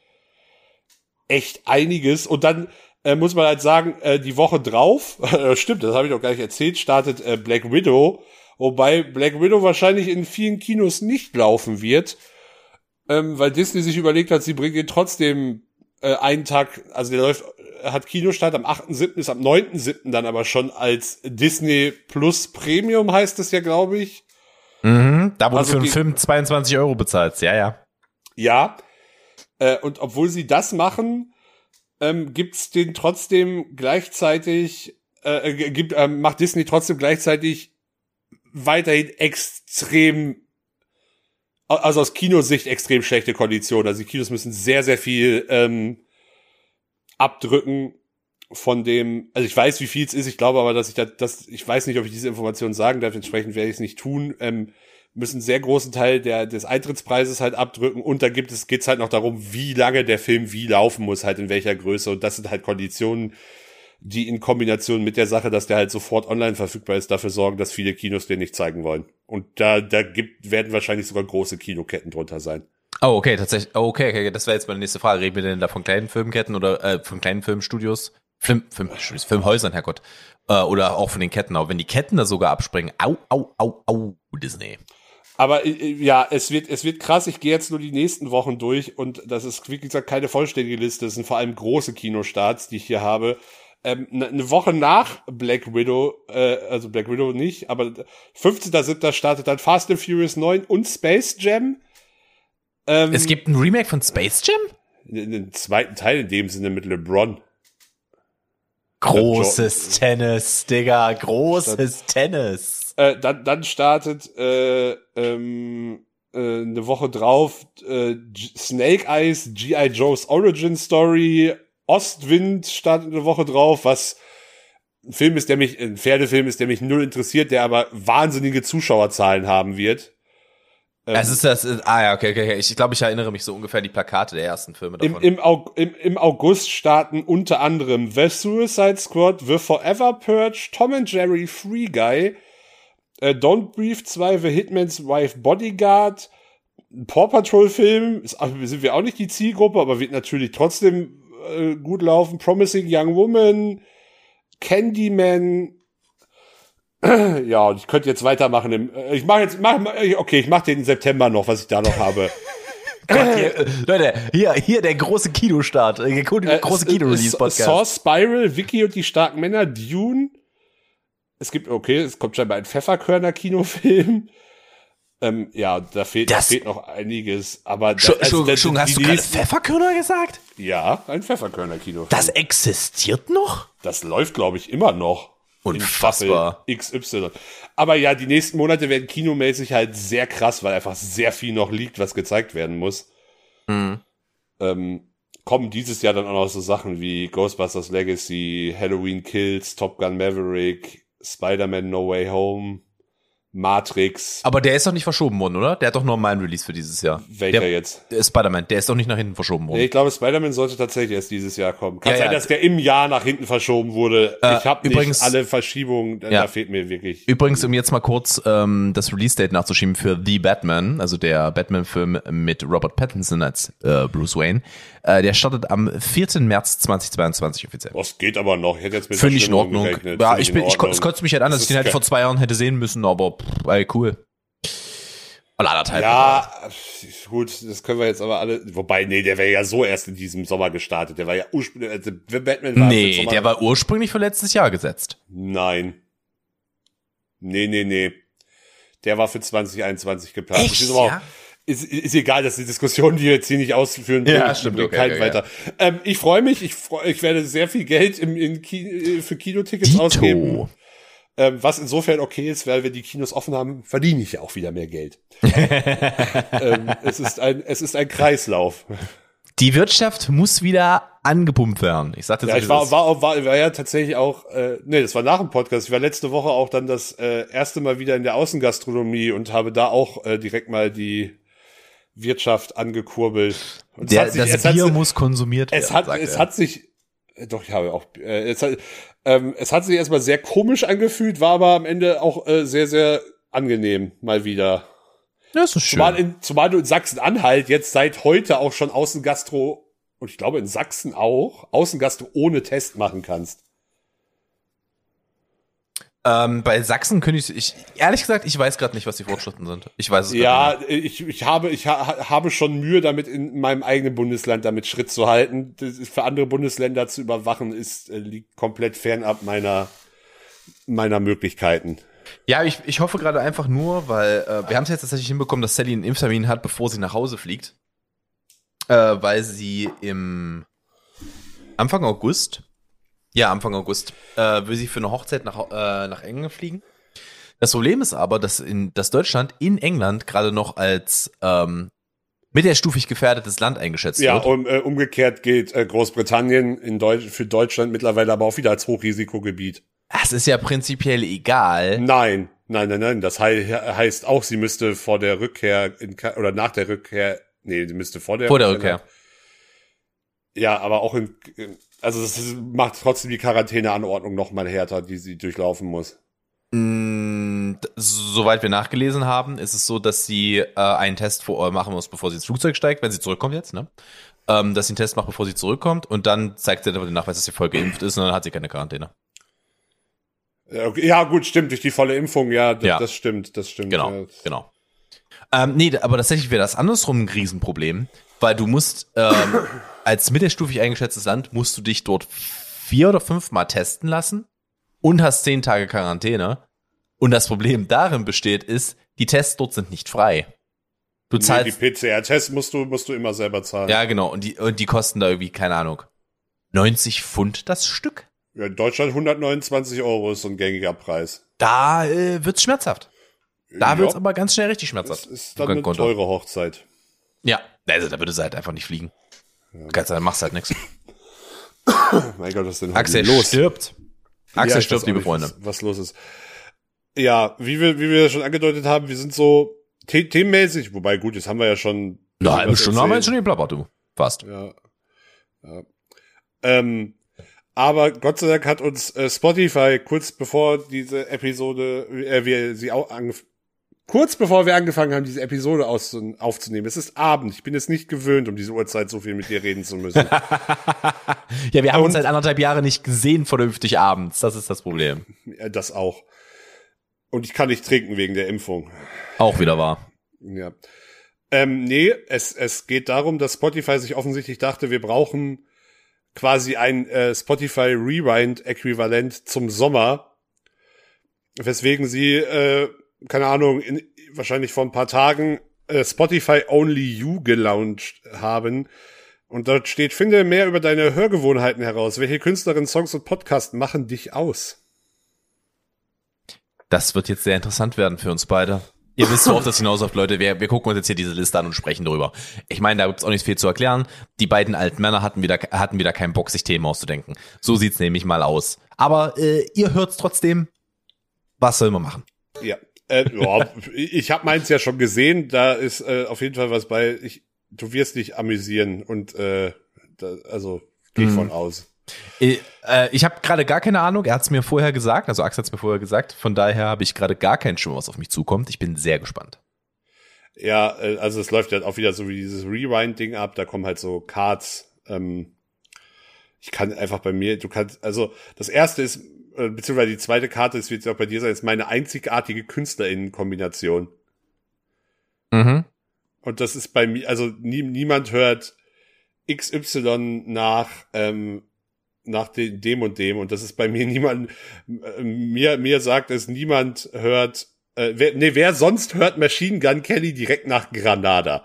echt einiges. Und dann äh, muss man halt sagen, äh, die Woche drauf, äh, stimmt, das habe ich doch gar nicht erzählt, startet äh, Black Widow. Wobei Black Widow wahrscheinlich in vielen Kinos nicht laufen wird, ähm, weil Disney sich überlegt hat, sie bringt ihn trotzdem äh, einen Tag, also der läuft, hat Kinostart am achten siebten ist am neunten siebten dann aber schon als Disney Plus Premium, heißt es ja, glaube ich. Mhm, da wo Also du für einen die- Film zweiundzwanzig Euro bezahlst, ja, ja. Ja. Äh, und obwohl sie das machen, ähm, gibt's den trotzdem gleichzeitig, äh, äh, gibt, äh, macht Disney trotzdem gleichzeitig weiterhin extrem, also aus Kinosicht extrem schlechte Konditionen. Also die Kinos müssen sehr, sehr viel ähm, abdrücken von dem, also ich weiß, wie viel es ist, ich glaube aber, dass ich da, das, ich weiß nicht, ob ich diese Informationen sagen darf, entsprechend werde ich es nicht tun. Ähm, müssen einen sehr großen Teil der, des Eintrittspreises halt abdrücken und da gibt es, geht's halt noch darum, wie lange der Film wie laufen muss, halt in welcher Größe und das sind halt Konditionen, die in Kombination mit der Sache, dass der halt sofort online verfügbar ist, dafür sorgen, dass viele Kinos den nicht zeigen wollen. Und da, da gibt, werden wahrscheinlich sogar große Kinoketten drunter sein. Oh, okay, tatsächlich. Oh, okay, okay, das wäre jetzt meine nächste Frage. Reden wir denn da von kleinen Filmketten oder äh, von kleinen Filmstudios? Film, Filmstudios, Filmhäusern, Herrgott. Äh, oder auch von den Ketten. Aber wenn die Ketten da sogar abspringen, au, au, au, au, Disney. Aber äh, ja, es wird, es wird krass. Ich gehe jetzt nur die nächsten Wochen durch und das ist, wie gesagt, keine vollständige Liste. Das sind vor allem große Kinostarts, die ich hier habe. Ähm, eine Woche nach Black Widow, äh, also Black Widow nicht, aber fünfzehnter siebter startet dann Fast and Furious neun und Space Jam. Ähm, es gibt ein Remake von Space Jam? einen zweiten Teil in dem Sinne mit LeBron. Großes Tennis, Digga, großes Tennis. Äh, dann, dann startet äh, ähm, äh, eine Woche drauf äh, G- Snake Eyes, G I. Joe's Origin Story, Ostwind startet eine Woche drauf, was ein Film ist, der mich, ein Pferdefilm ist, der mich null interessiert, der aber wahnsinnige Zuschauerzahlen haben wird. Ähm, Es ist das, ah ja, okay, okay, okay. Ich glaube, ich erinnere mich so ungefähr an die Plakate der ersten Filme davon. Im, im, Aug- im, Im August starten unter anderem The Suicide Squad, The Forever Purge, Tom and Jerry, Free Guy, äh, Don't Breathe zwei, The Hitman's Wife Bodyguard, ein Paw Patrol Film, ist, sind wir auch nicht die Zielgruppe, aber wird natürlich trotzdem äh, gut laufen, Promising Young Woman, Candyman, ja, und ich könnte jetzt weitermachen. Im, äh, ich mache jetzt, mach, okay, ich mache den September noch, was ich da noch habe. Gott, hier, äh, Leute, hier, hier der große Kinostart, äh, der große äh, Kino-Release-Podcast. Saw Spiral, Vicky und die starken Männer, Dune. Es gibt, okay, es kommt scheinbar ein Pfefferkörner-Kinofilm. Ähm, ja, da fehlt, da fehlt noch einiges. Aber da, schon, also, schon, das, schon hast du gerade Pfefferkörner gesagt? Ja, ein Pfefferkörner-Kinofilm. Das existiert noch? Das läuft, glaube ich, immer noch. Unfassbar. In Staffel X Y. Aber ja, die nächsten Monate werden kinomäßig halt sehr krass, weil einfach sehr viel noch liegt, was gezeigt werden muss. Mhm. Ähm, kommen dieses Jahr dann auch noch so Sachen wie Ghostbusters Legacy, Halloween Kills, Top Gun Maverick, Spider-Man No Way Home, Matrix. Aber der ist doch nicht verschoben worden, oder? Der hat doch nur mal einen Release für dieses Jahr. Welcher der, jetzt? Der Spider-Man, der ist doch nicht nach hinten verschoben worden. Nee, ich glaube, Spider-Man sollte tatsächlich erst dieses Jahr kommen. Kann Ja, sein, ja. dass der im Jahr nach hinten verschoben wurde. Äh, ich habe übrigens- nicht alle Verschiebungen, da Ja. fehlt mir wirklich. Übrigens, um jetzt mal kurz ähm, das Release-Date nachzuschieben für The Batman, also der Batman-Film mit Robert Pattinson als äh, Bruce Wayne, äh, der startet am vierten März zweitausendzweiundzwanzig offiziell. Das geht aber noch. Ich hätte jetzt mit Finde ich in Verschiebungen Ordnung. gerechnet. Ja, Finde ich in bin, ich, Ordnung. es kotzt mich halt an, dass Das ich den ist halt ge- vor zwei Jahren hätte sehen müssen, aber pff, ey, cool. Oder anderthalb. Ja, gut, das können wir jetzt aber alle. Wobei, nee, der wäre ja so erst in diesem Sommer gestartet. Der war ja ursprünglich. Also The Batman war für Nee, Sommer. der war ursprünglich für letztes Jahr gesetzt. Nein. Nee, nee, nee. Der war für zwanzig einundzwanzig geplant. Echt, Das ist, aber auch, ja? ist, ist egal, dass die Diskussion, die wir jetzt hier nicht ausführen, Ja, bringt- stimmt, bringt okay, keinen okay, weiter. Ähm, ich freue mich, ich, freu, ich werde sehr viel Geld im, in Ki für Kinotickets Dito. ausgeben. Ähm, was insofern okay ist, weil wir die Kinos offen haben, verdiene ich ja auch wieder mehr Geld. ähm, es ist ein, es ist ein Kreislauf. Die Wirtschaft muss wieder angepumpt werden. Ich sagte Ja, so, ich war, war, war, war ja tatsächlich auch, äh, nee, das war nach dem Podcast. Ich war letzte Woche auch dann das äh, erste Mal wieder in der Außengastronomie und habe da auch äh, direkt mal die Wirtschaft angekurbelt. Und es der, hat sich- das es hat Bier sich- muss konsumiert werden. Es hat, sagt es er. hat sich, äh, doch, ich habe auch, äh, es hat, ähm, es hat sich erstmal sehr komisch angefühlt, war aber am Ende auch äh, sehr, sehr angenehm, mal wieder. Das ist schön. Zumal, in, zumal du in Sachsen-Anhalt jetzt seit heute auch schon Außengastro, und ich glaube in Sachsen auch, Außengastro ohne Test machen kannst. Ähm, bei Sachsen könnte ich, ich, ehrlich gesagt, ich weiß gerade nicht, was die Vorschriften sind. Ich weiß es Ja, grad ich, ich habe, ich ha, habe schon Mühe damit, in meinem eigenen Bundesland damit Schritt zu halten. Das ist für andere Bundesländer zu überwachen, ist, äh, liegt komplett fernab meiner, meiner Möglichkeiten. nicht. Ja, ich, ich hoffe gerade einfach nur, weil äh, wir haben es jetzt tatsächlich hinbekommen, dass Sally einen Impftermin hat, bevor sie nach Hause fliegt. Äh, weil sie im Anfang August, ja, Anfang August, äh, will sie für eine Hochzeit nach, äh, nach England fliegen. Das Problem ist aber, dass, in, dass Deutschland in England gerade noch als ähm, mittelstufig gefährdetes Land eingeschätzt Ja, wird. und äh, umgekehrt gilt äh, Großbritannien in Deutsch, für Deutschland mittlerweile aber auch wieder als Hochrisikogebiet. Das ist ja prinzipiell egal. Nein, Nein, nein, nein, das he- heißt auch, sie müsste vor der Rückkehr in, Ka- oder nach der Rückkehr, nee, sie müsste vor der Vor der Rückkehr. Ja, aber auch in, also das ist- macht trotzdem die Quarantäneanordnung noch mal härter, die sie durchlaufen muss. Mm, d- Soweit wir nachgelesen haben, ist es so, dass sie äh, einen Test vor Ort machen muss, bevor sie ins Flugzeug steigt, wenn sie zurückkommt jetzt, ne? Ähm, dass sie einen Test macht, bevor sie zurückkommt und dann zeigt sie einfach den Nachweis, dass sie voll geimpft ist und dann hat sie keine Quarantäne. Ja, okay, ja, gut, stimmt, durch die volle Impfung, ja, d- Ja. das stimmt, das stimmt. Genau, Ja. genau. Ähm, nee, aber tatsächlich wäre das andersrum ein Riesenproblem, weil du musst, ähm, als mittelstufig eingeschätztes Land, musst du dich dort vier oder fünfmal testen lassen und hast zehn Tage Quarantäne. Und das Problem darin besteht, ist, die Tests dort sind nicht frei. Du Nee, die zahlst, P C R-Tests musst du, musst du immer selber zahlen. ja genau, und die, und die kosten da irgendwie, keine Ahnung, neunzig Pfund das Stück. Ja, in Deutschland hundertneunundzwanzig Euro ist so ein gängiger Preis. Da äh, wird's schmerzhaft. Da ja, wird's aber ganz schnell richtig das schmerzhaft. ist dann eine Konto. teure Hochzeit. Ja, also da würde sie halt einfach nicht fliegen. Kannst, dann machst du halt nichts. Mein Gott, was ist denn heute Axel los? stirbt. Axel Ja, ich stirbt, weiß auch liebe nicht, Freunde. Was, was los ist. Ja, wie wir, wie wir schon angedeutet haben, wir sind so the- themenmäßig, wobei gut, jetzt haben wir ja schon. Eine halbe was Stunde haben wir jetzt erzählt. schon geplappert, du. Fast. Ja. ja. Ähm, aber Gott sei Dank hat uns äh, Spotify kurz bevor diese Episode, äh, wir sie auch angef kurz bevor wir angefangen haben, diese Episode aus aufzunehmen. Es ist Abend. Ich bin es nicht gewöhnt, um diese Uhrzeit so viel mit dir reden zu müssen. Ja, wir haben Und- uns seit anderthalb Jahren nicht gesehen vernünftig abends. Das ist das Problem. Ja, das auch. Und ich kann nicht trinken wegen der Impfung. Auch wieder wahr. Ja. Ähm, nee, es, es geht darum, dass Spotify sich offensichtlich dachte, wir brauchen quasi ein äh, Spotify Rewind-Äquivalent zum Sommer, weswegen sie, äh, keine Ahnung, in, wahrscheinlich vor ein paar Tagen äh, Spotify Only You gelauncht haben. Und dort steht, finde mehr über deine Hörgewohnheiten heraus. Welche Künstlerinnen, Songs und Podcasts machen dich aus? Das wird jetzt sehr interessant werden für uns beide. Ihr wisst, worauf das hinausläuft, Leute. Wir, wir gucken uns jetzt hier diese Liste an und sprechen darüber. Ich meine, da gibt's auch nicht viel zu erklären. Die beiden alten Männer hatten wieder, hatten wieder keinen Bock, sich Themen auszudenken. So sieht's nämlich mal aus. Aber äh, ihr hört's trotzdem. Was soll man machen? Ja, äh, ja ich habe meins ja schon gesehen. Da ist äh, auf jeden Fall was bei. Ich, du wirst dich amüsieren und äh, da, also gehe ich Mhm. von aus. Ich, äh, ich habe gerade gar keine Ahnung. Er hat's mir vorher gesagt. Also Axel hat's mir vorher gesagt. Von daher habe ich gerade gar keinen Schimmer, was auf mich zukommt. Ich bin sehr gespannt. Ja, äh, also es läuft halt auch wieder so wie dieses Rewind-Ding ab. Da kommen halt so Cards. Ähm, ich kann einfach bei mir, du kannst, also das erste ist, äh, beziehungsweise die zweite Karte, das wird jetzt auch bei dir sein, ist meine einzigartige KünstlerInnen-Kombination. Mhm. Und das ist bei mir, also nie, niemand hört X Y nach, ähm, nach de, dem und dem. Und das ist bei mir niemand, äh, mir, mir sagt es, niemand hört, äh, wer, nee, wer sonst hört Machine Gun Kelly direkt nach Granada?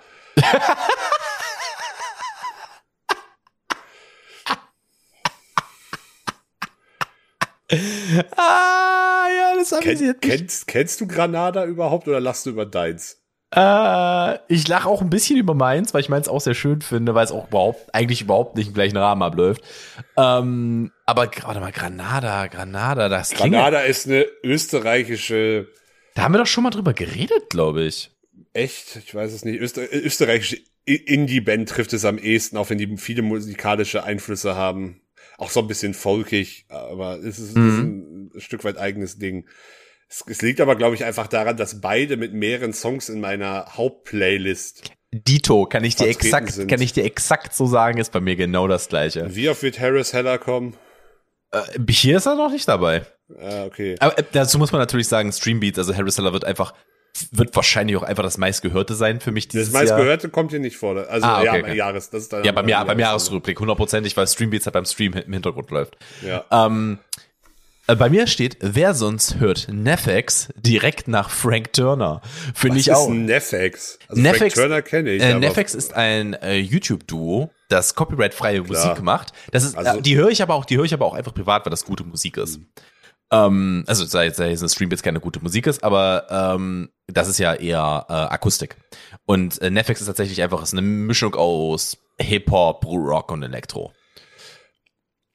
Ah, ja, das Ken, kennst, kennst du Granada überhaupt oder lachst du über deins? Äh, ich lache auch ein bisschen über meins, weil ich meins auch sehr schön finde, weil es auch überhaupt, eigentlich überhaupt nicht im gleichen Rahmen abläuft. Ähm, aber warte mal, Granada, Granada, das klingt. Granada ist eine österreichische, Da haben wir doch schon mal drüber geredet, glaube ich. echt, ich weiß es nicht, Öster, österreichische I- Indie-Band trifft es am ehesten, auch wenn die viele musikalische Einflüsse haben. Auch so ein bisschen folkig, aber es ist, Mhm. ist ein Stück weit eigenes Ding. Es, es liegt aber, glaube ich, einfach daran, dass beide mit mehreren Songs in meiner Hauptplaylist. Dito, kann ich dir Vertreten exakt, sind. kann ich dir exakt so sagen, ist bei mir genau das Gleiche. Wie oft wird Harris Heller kommen? Äh, hier ist er noch nicht dabei. Ah, okay. Aber äh, dazu muss man natürlich sagen, Streambeats, also Harry Seller wird einfach, wird wahrscheinlich auch einfach das meistgehörte sein für mich dieses Das Jahr. meistgehörte kommt hier nicht vor. Also, Ah, okay, ja, okay. beim Jahres, das ist dann Ja, beim, Jahr, beim Jahres- Jahresrückblick, hundertprozentig, weil Streambeats halt beim Stream im Hintergrund läuft. Ja. Ähm, äh, bei mir steht, wer sonst hört Nefex direkt nach Frank Turner. Finde ich Was auch. ist ein Nefex? Also Nefex- Frank Turner kenne ich. Äh, aber- Nefex ist ein äh, YouTube-Duo, das copyright-freie Musik macht. Das ist, Also- äh, die höre ich aber auch, die höre ich aber auch einfach privat, weil das gute Musik ist. Ähm, also sei sei es ein Stream jetzt keine gute Musik ist, aber ähm, das ist ja eher äh, Akustik. Und äh, Nefex ist tatsächlich einfach ist eine Mischung aus Hip-Hop, Rock und Elektro.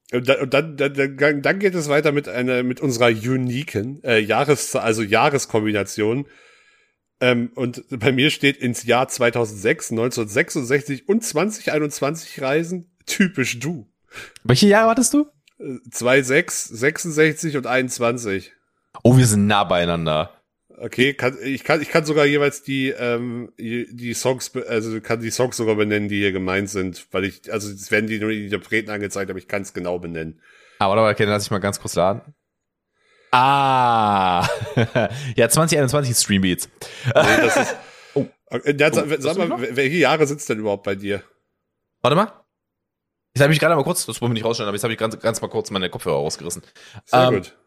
Und dann, und dann, dann, dann geht es weiter mit einer, mit unserer uniken äh, Jahres, also Jahreskombination. Ähm, und bei mir steht ins Jahr zweitausendsechs, neunzehnhundertsechsundsechzig und zwanzig einundzwanzig reisen. Typisch du. Welche Jahre hattest du? zwei, sechs, sechsundsechzig und einundzwanzig. Oh, wir sind nah beieinander. Okay, kann, ich kann, ich kann sogar jeweils die, ähm, die Songs, also kann die Songs sogar benennen, die hier gemeint sind, weil ich, also es werden die nur die Interpreten angezeigt, aber ich kann es genau benennen. Aber warte mal, okay, dann lass ich mal ganz kurz laden. Ah, ja, zwanzig einundzwanzig ist Streambeats. Nee, das ist, oh. Okay, das, oh, sag mal, welche Jahre sind's denn überhaupt bei dir? Warte mal. Jetzt habe ich gerade mal kurz, das wollen wir nicht rausstellen, aber jetzt habe ich ganz, ganz mal kurz meine Kopfhörer rausgerissen. Sehr ähm, gut.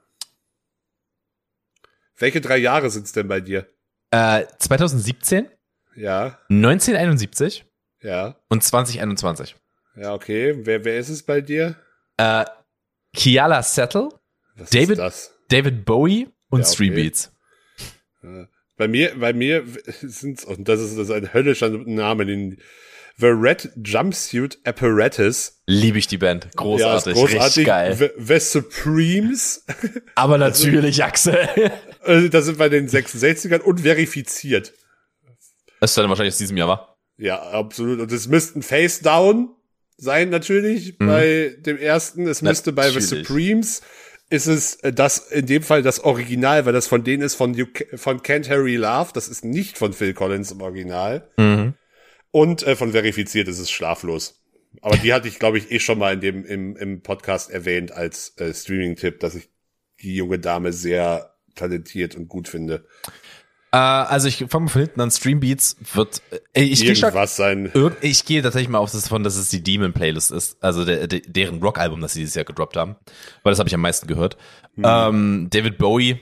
Welche drei Jahre sind's denn bei dir? Äh, zweitausendsiebzehn, Ja, neunzehnhunderteinundsiebzig ja, und zwanzig einundzwanzig. ja, okay. Wer, wer ist es bei dir? Äh, Keala Settle, Was David- ist das? David Bowie und Ja, okay. Streambeats. Ja. Bei mir, bei mir sind's, und das ist, das ist ein höllischer Name, den The Red Jumpsuit Apparatus. Liebe ich die Band. Großartig, Ja, ist großartig. richtig geil. The, The Supremes. Aber natürlich, Axel. Äh, Das sind bei den sechsundsechzigern und verifiziert. Das ist dann wahrscheinlich aus diesem Jahr, wa? Ja, absolut. Und es müsste ein Face Down sein, natürlich, Mhm. bei dem ersten. Es müsste bei The Natürlich. Supremes ist es äh, das, in dem Fall das Original, weil das von denen ist von, you, von Can't Harry Love. Das ist nicht von Phil Collins im Original. Mhm. Und äh, von verifiziert ist es Schlaflos. Aber die hatte ich, glaube ich, eh schon mal in dem, im, im Podcast erwähnt als äh, Streaming-Tipp, dass ich die junge Dame sehr talentiert und gut finde. Äh, also ich fange von hinten an. Streambeats wird, äh, ich gehe stark, Irgendwas sein. irg- ich gehe tatsächlich mal auf das von, dass es die Demon Playlist ist, also der, der, deren Rock-Album, das sie dieses Jahr gedroppt haben, weil das habe ich am meisten gehört. Hm. Ähm, David Bowie,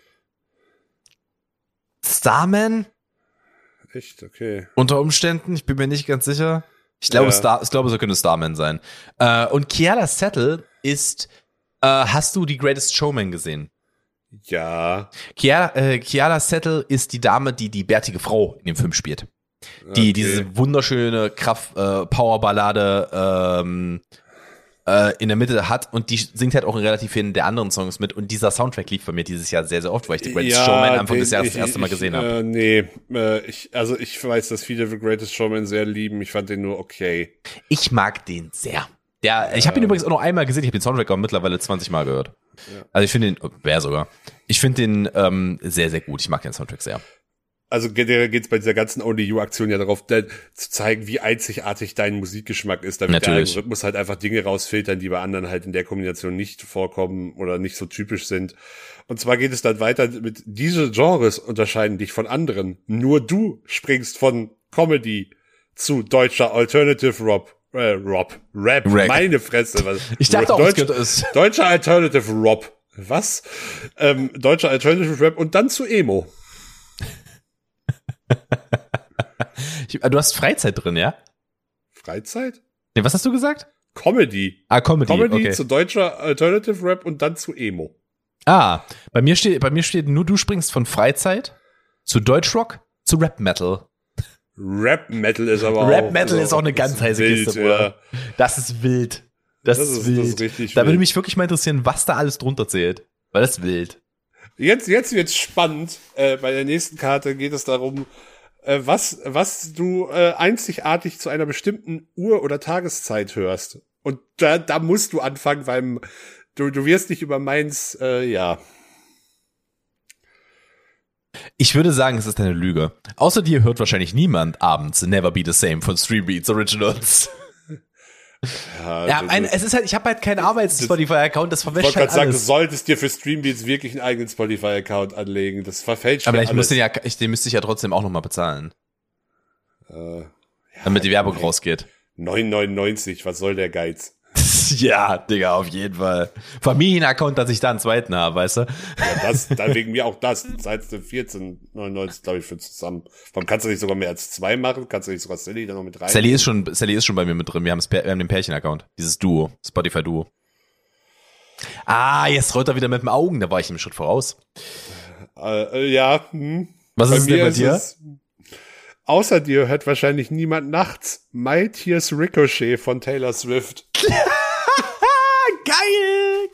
Starman Echt, okay. unter Umständen, ich bin mir nicht ganz sicher. Ich glaube, Ja. Star, ich glaube, so könnte Starman sein. Äh, und Keala Settle ist, äh, hast du die Greatest Showman gesehen? Ja. Keala, äh, Keala Settle ist die Dame, die die bärtige Frau in dem Film spielt. Die Okay. diese wunderschöne Kraft äh, Powerballade ähm, äh, in der Mitte hat und die singt halt auch in relativ vielen der anderen Songs mit und dieser Soundtrack lief bei mir dieses Jahr sehr sehr oft, weil ich The Greatest Showman Anfang den- des Jahres ich- das erste Mal ich, gesehen äh, habe. Nee, äh, ich, also ich weiß, dass viele The Greatest Showman sehr lieben. Ich fand den nur okay. Ich mag den sehr. Der, ich habe ihn übrigens auch noch einmal gesehen. Ich habe den Soundtrack auch mittlerweile zwanzig Mal gehört. Ja. Also ich finde den, oh, wer sogar. Ich finde den ähm, sehr sehr gut. Ich mag den Soundtrack sehr. Also generell geht's bei dieser ganzen Only You-Aktion ja darauf, da, zu zeigen, wie einzigartig dein Musikgeschmack ist, damit Natürlich. der Algorithmus halt einfach Dinge rausfiltern, die bei anderen halt in der Kombination nicht vorkommen oder nicht so typisch sind. Und zwar geht es dann weiter mit, diese Genres unterscheiden dich von anderen. Nur du springst von Comedy zu deutscher Alternative Rock. Äh, Rob. Rap. Rap. Meine Fresse. Was, Ich dachte auch, es Deutsch, könnte es. deutscher Alternative Rob. Was? Ähm, deutscher Alternative Rap und dann zu Emo. Ich, du hast Freizeit drin, ja? Freizeit? Nee, was hast du gesagt? Comedy. Ah, Comedy. Comedy okay. zu deutscher Alternative Rap und dann zu Emo. Ah, bei mir steht, bei mir steht nur, du springst von Freizeit zu Deutschrock zu Rap Metal. Rap Metal ist aber auch. Rap Metal ist auch eine ganz ist heiße wild, Kiste, ja. Bruder. Das ist wild. Das, Das ist, ist- wild. das ist richtig da würde wild. mich wirklich mal interessieren, was da alles drunter zählt. Weil das ist wild. Jetzt, jetzt wird's spannend. Äh, bei der nächsten Karte geht es darum, äh, was, was du äh, einzigartig zu einer bestimmten Uhr- oder Tageszeit hörst. Und da, da musst du anfangen, weil du, du wirst nicht über meins, äh, ja. Ich würde sagen, es ist eine Lüge. Außer dir hört wahrscheinlich niemand abends Never Be the Same von Streambeats Originals. Ja, das- ein, es ist halt, ich habe halt keinen Arbeits-Spotify-Account, das Ich verwäscht wollte halt gerade sagen, du alles. solltest dir für Streambeats wirklich einen eigenen Spotify-Account anlegen. Das verfälscht Aber mir ich muss alles. den ja, ich, den müsste ich ja trotzdem auch nochmal bezahlen, Äh, damit die Werbung rausgeht. neun neunundneunzig, was soll der Geiz? Ja, Digga, auf jeden Fall. Familienaccount, dass ich da einen zweiten habe, weißt du? Ja, das, dann wegen mir auch das. Seit vierzehn neunundneunzig, glaube ich, für zusammen. Warum kannst du nicht sogar mehr als zwei machen? Kannst du nicht sogar Sally da noch mit rein? Sally ist schon, Sally ist schon bei mir mit drin. Wir haben, das, Pär- wir haben den Pärchen-Account. Dieses Duo, Spotify-Duo. Ah, jetzt rollt er wieder mit den Augen. Da war ich einem Schritt voraus. Äh, äh, ja, hm. Was Bei ist denn mir bei ist dir? es- Außer dir hört wahrscheinlich niemand nachts My Tears Ricochet von Taylor Swift. geil,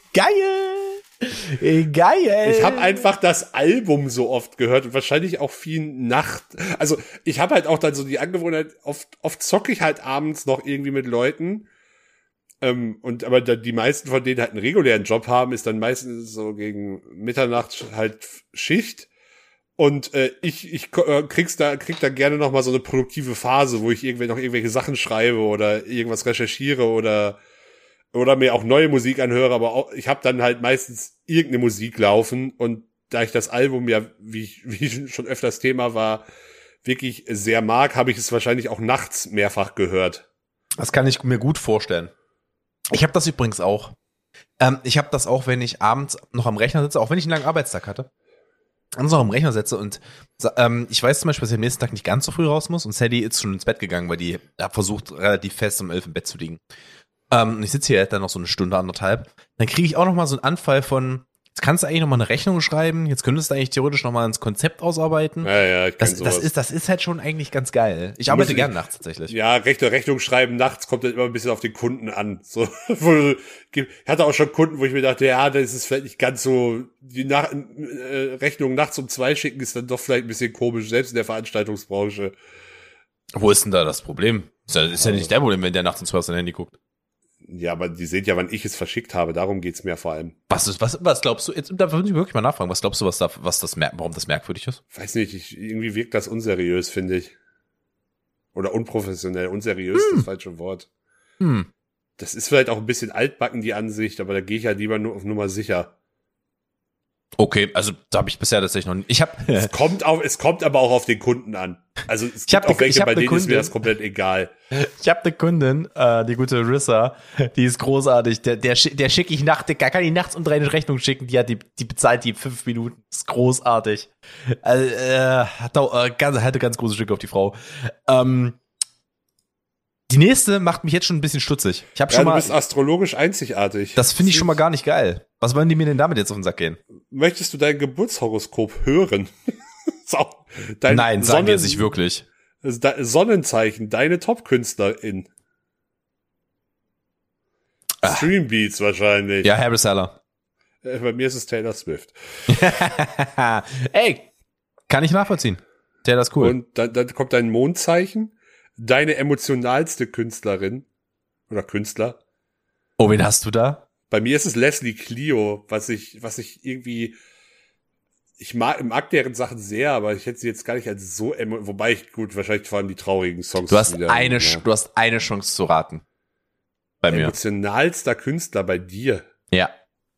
geil, geil. Ich habe einfach das Album so oft gehört und wahrscheinlich auch viel Nacht. Also ich habe halt auch dann so die Angewohnheit, oft, oft zocke ich halt abends noch irgendwie mit Leuten. Ähm, und aber da, die meisten von denen halt einen regulären Job haben, ist dann meistens so gegen Mitternacht halt Schicht. Und äh, ich ich äh, krieg's da krieg da gerne noch mal so eine produktive Phase, wo ich irgendwie noch irgendwelche Sachen schreibe oder irgendwas recherchiere oder oder mir auch neue Musik anhöre, aber auch, ich habe dann halt meistens irgendeine Musik laufen und da ich das Album ja, wie ich, wie schon öfters Thema war, wirklich sehr mag, habe ich es wahrscheinlich auch nachts mehrfach gehört. Das kann ich mir gut vorstellen. Ich habe das übrigens auch. Ähm, ich habe das auch, wenn ich abends noch am Rechner sitze, auch wenn ich einen langen Arbeitstag hatte. Abends noch am Rechner sitze und ähm, ich weiß zum Beispiel, dass ich am nächsten Tag nicht ganz so früh raus muss und Sadie ist schon ins Bett gegangen, weil die hat versucht, relativ fest um elf im Bett zu liegen. Ähm, und ich sitze hier dann noch so eine Stunde, anderthalb. Dann kriege ich auch noch mal so einen Anfall von, jetzt kannst du eigentlich noch mal eine Rechnung schreiben, jetzt könntest du eigentlich theoretisch noch mal ein Konzept ausarbeiten. Ja, ja, ich kenn das, sowas. das, ist, das ist halt schon eigentlich ganz geil. Ich arbeite musst- gern nachts tatsächlich. Ja, Rechte Rechnung schreiben nachts kommt dann immer ein bisschen auf den Kunden an. So, wo, ich hatte auch schon Kunden, wo ich mir dachte, ja, das ist vielleicht nicht ganz so, die Nach äh, Rechnung nachts um zwei schicken ist dann doch vielleicht ein bisschen komisch, selbst in der Veranstaltungsbranche. Wo ist denn da das Problem? Ist ja, ist ja nicht der Problem, wenn der nachts um zwei auf sein Handy guckt. Ja, aber die sehen ja, wann ich es verschickt habe, darum geht's mir vor allem. Was ist, was, was glaubst du, jetzt, da würde ich wirklich mal nachfragen, was glaubst du, was da, was das, mer- warum das merkwürdig ist? Weiß nicht, ich, irgendwie wirkt das unseriös, finde ich. Oder unprofessionell, unseriös, Hm. das falsche Wort. Hm. Das ist vielleicht auch ein bisschen altbacken, die Ansicht, aber da gehe ich halt lieber nur auf Nummer sicher. Okay, also da habe ich bisher tatsächlich noch nicht. Ich habe Es kommt auf, es kommt aber auch auf den Kunden an. Also es Ich hab gibt auch ne- ich welche, hab bei ne denen ist mir Kundin. das komplett egal. ich habe eine Kundin, äh, die gute Rissa, die ist großartig. Der der, schi- der schicke ich nachts, der kann ich nachts um drei eine Rechnung schicken. Die hat die die bezahlt die fünf Minuten. Das ist großartig. Also, äh, hat auch, äh, ganz, hatte ganz große Stücke auf die Frau. Ähm, die nächste macht mich jetzt schon ein bisschen stutzig. Ich habe Ja, schon du mal, bist astrologisch einzigartig. das finde ich schon mal gar nicht geil. Was wollen die mir denn damit jetzt auf den Sack gehen? Möchtest du dein Geburtshoroskop hören? so, dein Nein, sagen wir Sonnen- jetzt nicht wirklich. De- Sonnenzeichen, deine Top-Künstlerin. Ah. Streambeats wahrscheinlich. Ja, Harry Seller. Äh, Bei mir ist es Taylor Swift. Ey, kann ich nachvollziehen. Der das ist cool. Und dann, dann kommt dein Mondzeichen, deine emotionalste Künstlerin oder Künstler. Oh, wen hast du da? Bei mir ist es Leslie Clio, was ich, was ich irgendwie, ich mag, mag deren Sachen sehr, aber ich hätte sie jetzt gar nicht als so, emo wobei ich, gut, wahrscheinlich vor allem die traurigen Songs. Du hast wieder, eine, ja. Sch- du hast eine Chance zu raten. Bei mir. Emotionalster Künstler bei dir. Ja.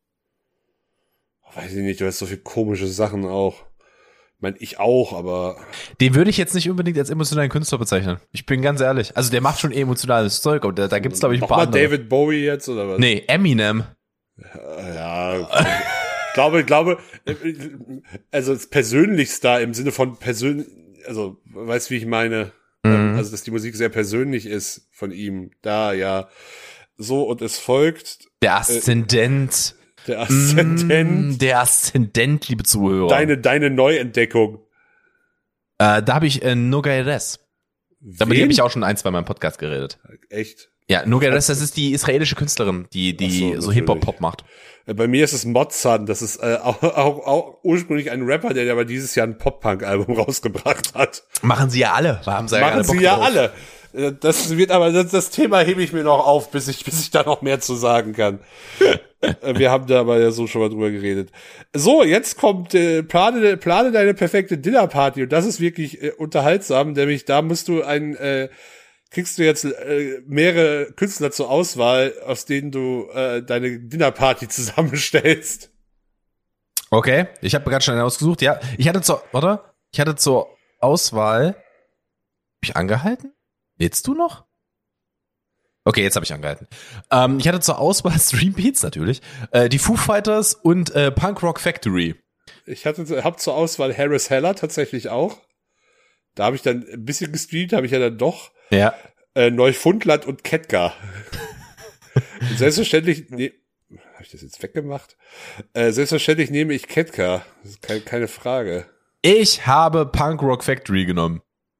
Weiß ich nicht, du hast so viele komische Sachen auch. Ich meine, ich auch, aber Den würde ich jetzt nicht unbedingt als emotionalen Künstler bezeichnen. Ich bin ganz ehrlich. Also der macht schon emotionales Zeug und da, da gibt's glaube ich ein noch paar mal andere. David Bowie jetzt oder was? Nee, Eminem. Ja, ich glaube, ich glaube, also das Persönlichster im Sinne von persönlich, also weißt wie ich meine, Mhm. also dass die Musik sehr persönlich ist von ihm. Da ja, so und es folgt Der Aszendent. der Aszendent, Mm, der Aszendent, liebe Zuhörer. deine deine Neuentdeckung. äh, da habe ich äh, Nogaires. Damit Wen? habe ich auch schon ein, zwei Mal im Podcast geredet. Echt? Ja, Nogaires, das ist die israelische Künstlerin, die die Ach so, so, natürlich. Hip-Hop-Pop macht. Äh, Bei mir ist es Mozart, das ist äh, auch, auch, auch ursprünglich ein Rapper, der aber dieses Jahr ein Pop-Punk-Album rausgebracht hat. Machen sie ja alle. Haben sie ja Machen alle Bock sie ja drauf. alle. Äh, Das wird aber, das, das Thema hebe ich mir noch auf, bis ich, bis ich da noch mehr zu sagen kann. Äh, Wir haben da aber ja so schon mal drüber geredet. So, jetzt kommt, äh, plane, plane deine perfekte Dinnerparty und das ist wirklich äh, unterhaltsam, nämlich da musst du ein, äh, kriegst du jetzt äh, mehrere Künstler zur Auswahl, aus denen du äh, deine Dinnerparty zusammenstellst. Okay, ich habe gerade schon einen ausgesucht. Ja, ich hatte zur, warte, ich hatte zur Auswahl. Hab ich angehalten? Lädst du noch? Okay, jetzt habe ich angehalten. Ähm, ich hatte zur Auswahl Stream Beats natürlich, äh, die Foo Fighters und äh, Punk Rock Factory. Ich hatte, hab zur Auswahl Harris Heller tatsächlich auch. Da habe ich dann ein bisschen gestreamt, habe ich ja dann doch. Ja. Äh, Neufundland und Ketka. Und selbstverständlich, nee, habe ich das jetzt weggemacht? Äh, selbstverständlich nehme ich Ketka. Das ist keine, keine Frage. Ich habe Punk Rock Factory genommen.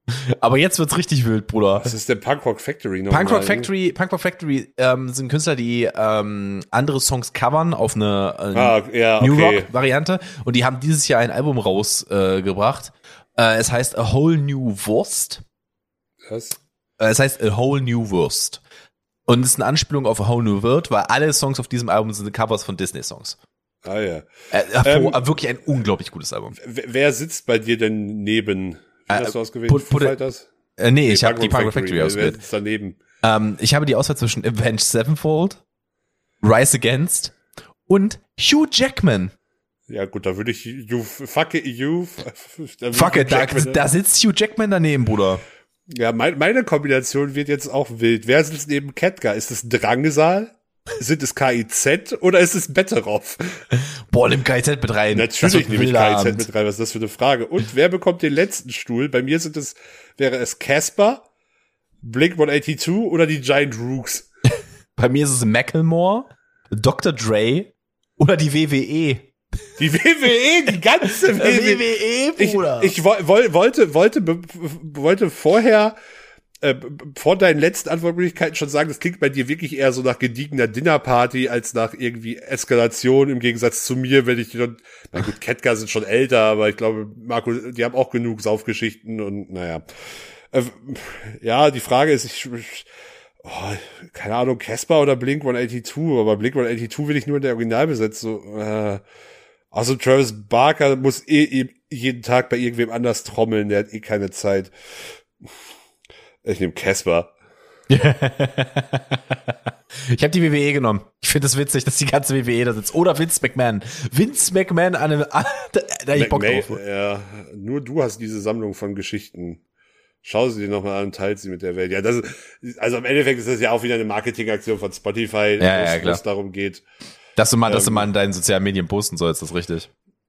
Aber jetzt wird's richtig wild, Bruder. Was ist denn Punk Rock Factory noch? Punk Rock Factory, Punk Rock Factory ähm, sind Künstler, die ähm, andere Songs covern auf eine äh, ah, ja, New okay. Rock Variante und die haben dieses Jahr ein Album rausgebracht. Äh, gebracht. äh, es heißt A Whole New Wurst. Was? Äh, es heißt A Whole New Wurst. Und es ist eine Anspielung auf A Whole New World, weil alle Songs auf diesem Album sind Covers von Disney-Songs. Ah ja. Äh, Ähm, wirklich ein unglaublich gutes Album. W- wer sitzt bei dir denn neben? Wie Äh, hast du ausgewählt? put- Foo put it- Fighters? Äh, nee, ich habe die Punk Rock Factory Wer ausgewählt. sitzt daneben? Ähm, ich habe die Auswahl zwischen Avenged Sevenfold, Rise Against und Hugh Jackman. Ja gut, da würde ich you, fuck it, you. Fuck it, da, da sitzt Hugh Jackman daneben, Bruder. Ja, mein, meine Kombination wird jetzt auch wild. Wer sitzt neben Ketka? Ist es Drangsal? Sind es K I Z oder ist es Betteroff? Boah, nimm K I Z mit rein. Natürlich nehme ich K I Z mit rein. Was ist das für eine Frage? Und wer bekommt den letzten Stuhl? Bei mir sind es, wäre es Casper, Blink one eighty-two oder die Giant Rooks? Bei mir ist es Macklemore, Doktor Dre oder die W W E. Die W W E, die ganze W W E. W W E, Bruder. Ich, ich wo, woll, wollte, wollte, wollte vorher, äh, vor deinen letzten Antwortmöglichkeiten schon sagen, das klingt bei dir wirklich eher so nach gediegener Dinnerparty als nach irgendwie Eskalation im Gegensatz zu mir, wenn ich die dann, na gut, Ketka sind schon älter, aber ich glaube, Marco, die haben auch genug Saufgeschichten und naja. Äh, ja, die Frage ist, ich, oh, keine Ahnung, Casper oder Blink one eighty-two, aber Blink one eighty-two will ich nur in der Originalbesetzung, äh, also Travis Barker muss eh jeden Tag bei irgendwem anders trommeln, der hat eh keine Zeit. Ich nehme Casper. Ich habe die W W E genommen. Ich finde es das witzig, dass die ganze W W E da sitzt. Oder Vince McMahon. Vince McMahon an einem, an, da, da hab ich Bock drauf. Ja, nur du hast diese Sammlung von Geschichten. Schau sie dir nochmal an und teilt sie mit der Welt. Ja, das ist, also im Endeffekt ist das ja auch wieder eine Marketingaktion von Spotify, ja, wo ja, es darum geht. Dass du mal, ähm, dass du mal in deinen sozialen Medien posten sollst, das ist richtig.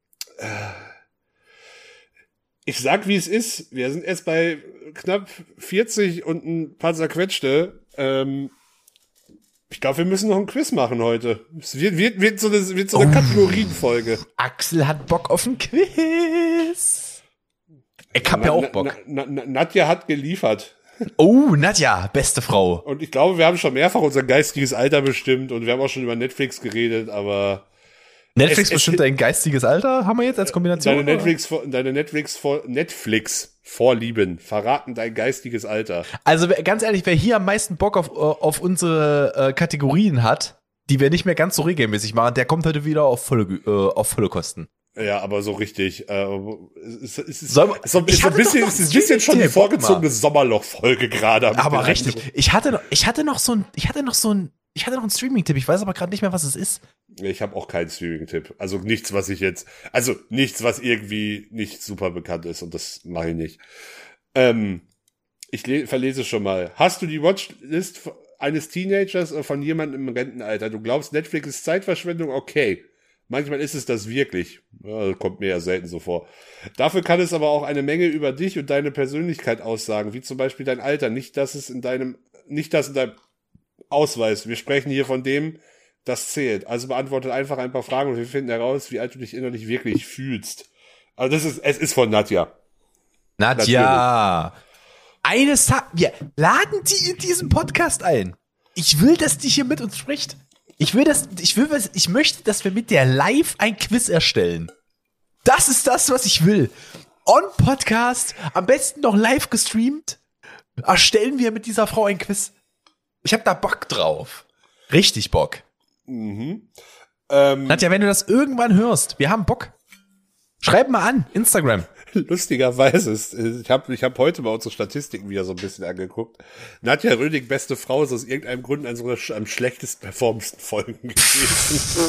Ich sag, wie es ist. Wir sind erst bei knapp vierzig und ein paar zerquetschte. Ähm, ich glaube, wir müssen noch ein Quiz machen heute. Es wird, wird, wird so eine, wird so eine oh. Kategorienfolge. Axel hat Bock auf ein Quiz. Ich hab na, ja auch Bock. Na, na, Nadja hat geliefert. Oh, Nadja, beste Frau. Und ich glaube, wir haben schon mehrfach unser geistiges Alter bestimmt und wir haben auch schon über Netflix geredet, aber Netflix es, bestimmt es, dein geistiges Alter, haben wir jetzt als Kombination? Deine Netflix, deine Netflix, Netflix Vorlieben verraten dein geistiges Alter. Also ganz ehrlich, wer hier am meisten Bock auf, auf unsere äh, Kategorien hat, die wir nicht mehr ganz so regelmäßig machen, der kommt heute wieder auf volle, äh, auf volle Kosten. Ja, aber so richtig. Äh, es, es, ist, Soll, es, ist, ist ein bisschen, es ist ein bisschen schon die vorgezogene Sommerloch-Folge gerade. Aber richtig. Ich hatte noch, ich hatte noch so ein, ich hatte noch so ein, ich hatte noch einen Streaming-Tipp. Ich weiß aber gerade nicht mehr, was es ist. Ich habe auch keinen Streaming-Tipp. Also nichts, was ich jetzt, also nichts, was irgendwie nicht super bekannt ist und das mache ich nicht. Ähm, ich le- verlese schon mal. Hast du die Watchlist eines Teenagers oder von jemandem im Rentenalter? Du glaubst, Netflix ist Zeitverschwendung? Okay. Manchmal ist es das wirklich. Ja, kommt mir ja selten so vor. Dafür kann es aber auch eine Menge über dich und deine Persönlichkeit aussagen, wie zum Beispiel dein Alter. Nicht, dass es in deinem, nicht das in deinem Ausweis. Wir sprechen hier von dem, das zählt. Also beantwortet einfach ein paar Fragen und wir finden heraus, wie alt du dich innerlich wirklich fühlst. Also das ist, es ist von Nadja. Nadja. Natürlich. Eine Sa- wir laden die in diesen Podcast ein. Ich will, dass die hier mit uns spricht. Ich will das, ich will, ich möchte, dass wir mit der live ein Quiz erstellen. Das ist das, was ich will. On Podcast, am besten noch live gestreamt, erstellen wir mit dieser Frau ein Quiz. Ich hab da Bock drauf. Richtig Bock. Mhm. Ähm, Nadja, wenn du das irgendwann hörst, wir haben Bock. Schreib mal an, Instagram. Lustigerweise ist, ich habe ich hab heute mal unsere Statistiken wieder so ein bisschen angeguckt. Nadja Rönig, beste Frau, ist aus irgendeinem Grund an so einer am schlechtest performsten Folgen gewesen.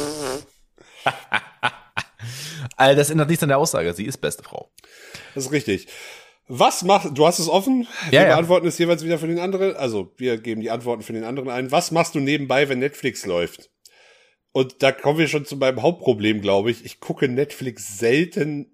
Also das ändert nichts an der Aussage, sie ist beste Frau. Das ist richtig. Was macht, du hast es offen, wir ja, beantworten ja. es jeweils wieder für den anderen, also wir geben die Antworten für den anderen ein. Was machst du nebenbei, wenn Netflix läuft? Und da kommen wir schon zu meinem Hauptproblem, glaube ich. Ich gucke Netflix selten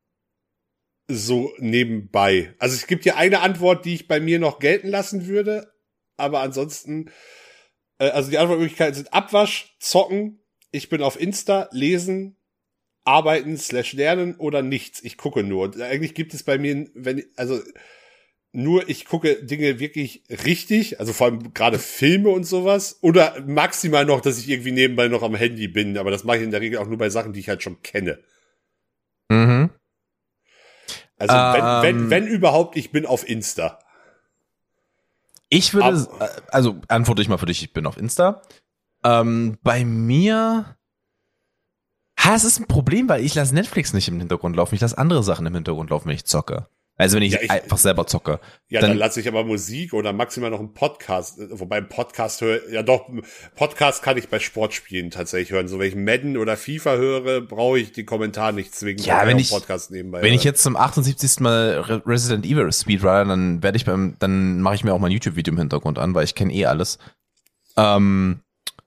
so nebenbei. Also es gibt ja eine Antwort, die ich bei mir noch gelten lassen würde, aber ansonsten, äh, also die Antwortmöglichkeiten sind Abwasch, Zocken, ich bin auf Insta, lesen, arbeiten slash lernen oder nichts. Ich gucke nur. Und eigentlich gibt es bei mir, wenn, also nur ich gucke Dinge wirklich richtig, also vor allem gerade Filme und sowas, oder maximal noch, dass ich irgendwie nebenbei noch am Handy bin, aber das mache ich in der Regel auch nur bei Sachen, die ich halt schon kenne. Mhm. Also Ähm, wenn, wenn, wenn überhaupt, ich bin auf Insta. Ich würde, Ab- also antworte ich mal für dich, ich bin auf Insta. Ähm, bei mir, ha, es ist ein Problem, weil ich lasse Netflix nicht im Hintergrund laufen, ich lasse andere Sachen im Hintergrund laufen, wenn ich zocke. Also wenn ich, Ja, ich- einfach selber zocke. Ja, dann, dann, lasse ich aber Musik oder maximal noch einen Podcast. Wobei ein Podcast höre, ja doch, Podcast kann ich bei Sportspielen tatsächlich hören. So wenn ich Madden oder FIFA höre, brauche ich die Kommentare nicht zwingend. Ja, weil wenn auch ich- Podcast nebenbei wenn ich höre. jetzt zum achtundsiebzigsten Mal Re- Resident Evil Speedrunner, dann werde ich beim, dann mache ich mir auch mein YouTube-Video im Hintergrund an, weil ich kenne eh alles. Ähm,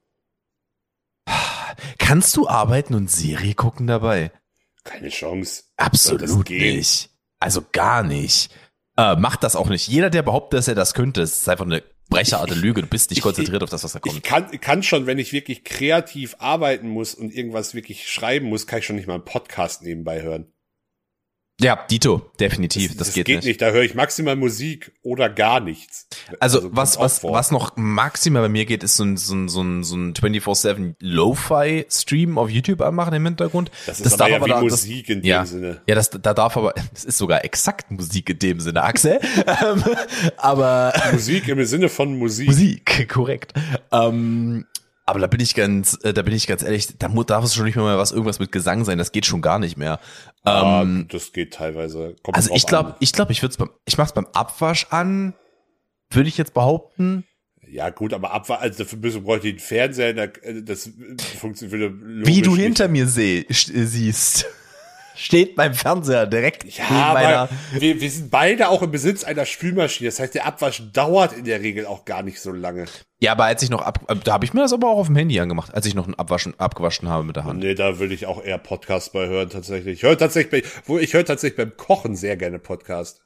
kannst du arbeiten und Serie gucken dabei? Keine Chance. Absolut Soll das gehen? nicht. Also gar nicht. Äh, macht das auch nicht. Jeder, der behauptet, dass er das könnte, ist einfach eine brecherharte Lüge. Du bist nicht Ich- konzentriert auf das, was da Ich kommt. kann, kann schon, wenn ich wirklich kreativ arbeiten muss und irgendwas wirklich schreiben muss, kann ich schon nicht mal einen Podcast nebenbei hören. Ja, Dito, definitiv. Das, geht, nicht. Da höre ich maximal Musik oder gar nichts. Also, kommt was, auch was, vor. was noch maximal bei mir geht, ist so ein, so ein, so ein, so ein vierundzwanzig sieben Lo-Fi-Stream auf YouTube anmachen im Hintergrund. Das ist aber ja wie da- Musik in dem ja, Sinne. Ja, das, da darf aber, das ist sogar exakt Musik in dem Sinne, Axel. Ähm, aber Musik im Sinne von Musik. Musik, korrekt. Ähm, aber da bin ich ganz, äh, da bin ich ganz ehrlich, da mu- darf es schon nicht mehr mal was, irgendwas mit Gesang sein, das geht schon gar nicht mehr. Ja, Ähm, das geht teilweise. Kommt also drauf ich glaube, an. ich glaube, ich würde es beim, ich mach's beim Abwasch an, würde ich jetzt behaupten. Ja, gut, aber ab, also dafür müssen- bräuchte ich einen Fernseher, da- das funktioniert würde Wie du logisch hinter nicht. mir seh, st- siehst, steht mein Fernseher direkt Ja, neben meiner. aber wir, wir sind beide auch im Besitz einer Spülmaschine. Das heißt, der Abwasch dauert in der Regel auch gar nicht so lange. Ja, aber als ich noch ab, da habe ich mir das aber auch auf dem Handy angemacht, als ich noch ein Abwaschen, abgewaschen habe mit der Hand. Nee, da würde ich auch eher Podcasts bei hören, tatsächlich. Ich höre tatsächlich, bei, wo ich höre tatsächlich beim Kochen sehr gerne Podcast.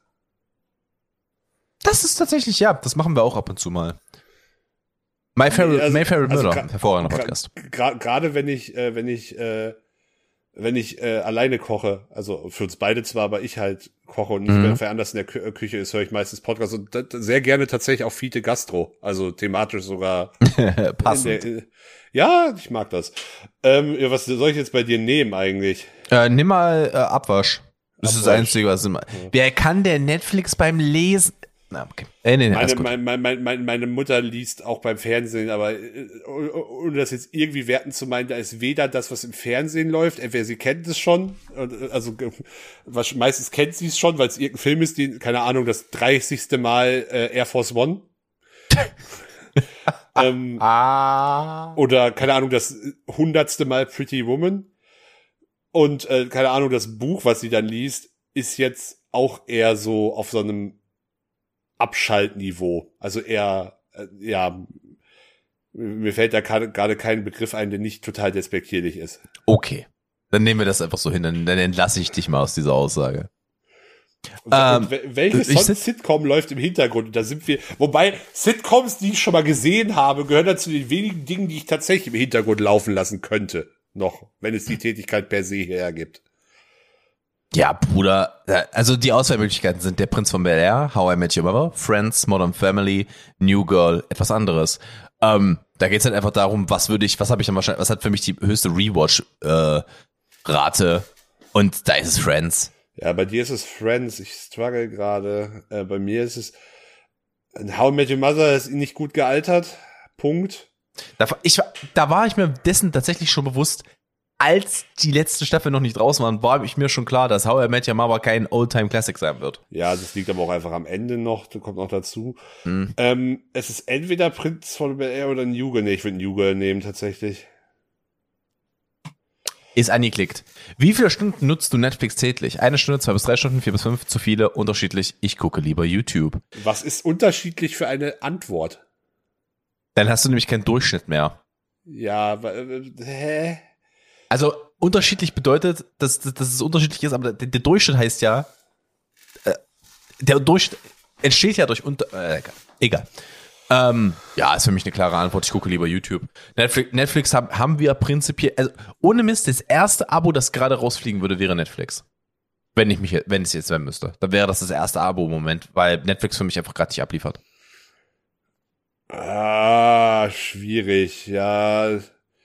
Das ist tatsächlich, ja, das machen wir auch ab und zu mal. My Favorite, Also- My Favorite also Murder, gra- hervorragender gra- Podcast. gra- Gerade wenn ich, äh, wenn ich, äh, wenn ich äh, alleine koche, also für uns beide zwar, aber ich halt koche und nicht Mhm. mehr wer anders in der Kü Küche ist, höre ich meistens Podcasts und das, sehr gerne tatsächlich auch Fiete Gastro, also thematisch sogar. Passend. In der, ja, ich mag das. Ähm, ja, was soll ich jetzt bei dir nehmen eigentlich? Äh, nimm mal äh, Abwasch. Das ist das Abwasch. Einzige, was immer. Wer kann der Netflix beim Lesen? Na, okay. Äh, nee, nee, alles Meine, gut. mein, mein, mein, meine Mutter liest auch beim Fernsehen, aber äh, ohne das jetzt irgendwie werten zu meinen, da ist weder das, was im Fernsehen läuft, entweder sie kennt es schon, und, also was, meistens kennt sie es schon, weil es irgendein Film ist, die, keine Ahnung, das dreißigste Mal äh, Air Force One. ähm, Ah. oder, keine Ahnung, das hundertste Mal Pretty Woman. Und, äh, keine Ahnung, das Buch, was sie dann liest, ist jetzt auch eher so auf so einem Abschaltniveau. Also eher, äh, ja, mir fällt da gerade gerade kein Begriff ein, der nicht total despektierlich ist. Okay. Dann nehmen wir das einfach so hin, dann, dann entlasse ich dich mal aus dieser Aussage. Und, Ähm, und wel- welche ich sonst sit- Sitcom läuft im Hintergrund? Und da sind wir, wobei Sitcoms, die ich schon mal gesehen habe, gehören dazu den wenigen Dingen, die ich tatsächlich im Hintergrund laufen lassen könnte. Noch, wenn es die Tätigkeit per se hergibt. Ja, Bruder, äh, also die Auswahlmöglichkeiten sind Der Prinz von Bel-Air, How I Met Your Mother, Friends, Modern Family, New Girl, etwas anderes. Ähm, da geht's halt einfach darum, was würde ich, was habe ich dann wahrscheinlich, was hat für mich die höchste Rewatch-Rate? Und da ist es Friends. Ja, bei dir ist es Friends, ich struggle gerade. Äh, bei mir ist es How I Met Your Mother ist nicht gut gealtert. Punkt. Da, ich, war- da war ich mir dessen tatsächlich schon bewusst, als die letzte Staffel noch nicht draußen war, war ich mir schon klar, dass How I Met Your Mother kein Oldtime-Classic sein wird. Ja, das liegt aber auch einfach am Ende noch, das kommt noch dazu. Mhm. Ähm, es ist entweder Prinz von Bel-Air oder New Girl. Nee, ich würde New Girl nehmen, tatsächlich. Ist angeklickt. Wie viele Stunden nutzt du Netflix täglich? Eine Stunde, zwei bis drei Stunden, vier bis fünf, zu viele, unterschiedlich. Ich gucke lieber YouTube. Was ist unterschiedlich für eine Antwort? Dann hast du nämlich keinen Durchschnitt mehr. Ja, wa- äh, hä? Also unterschiedlich bedeutet, dass, dass, dass es unterschiedlich ist, aber der, der Durchschnitt heißt ja, äh, der Durchschnitt entsteht ja durch unter, äh, egal. Ähm, ja, ist für mich eine klare Antwort. Ich gucke lieber YouTube. Netflix, Netflix haben, haben wir prinzipiell, also ohne Mist, das erste Abo, das gerade rausfliegen würde, wäre Netflix. Wenn ich mich, wenn ich es jetzt werden müsste. Dann wäre das das erste Abo-Moment, weil Netflix für mich einfach gerade nicht abliefert. Ah, schwierig, ja.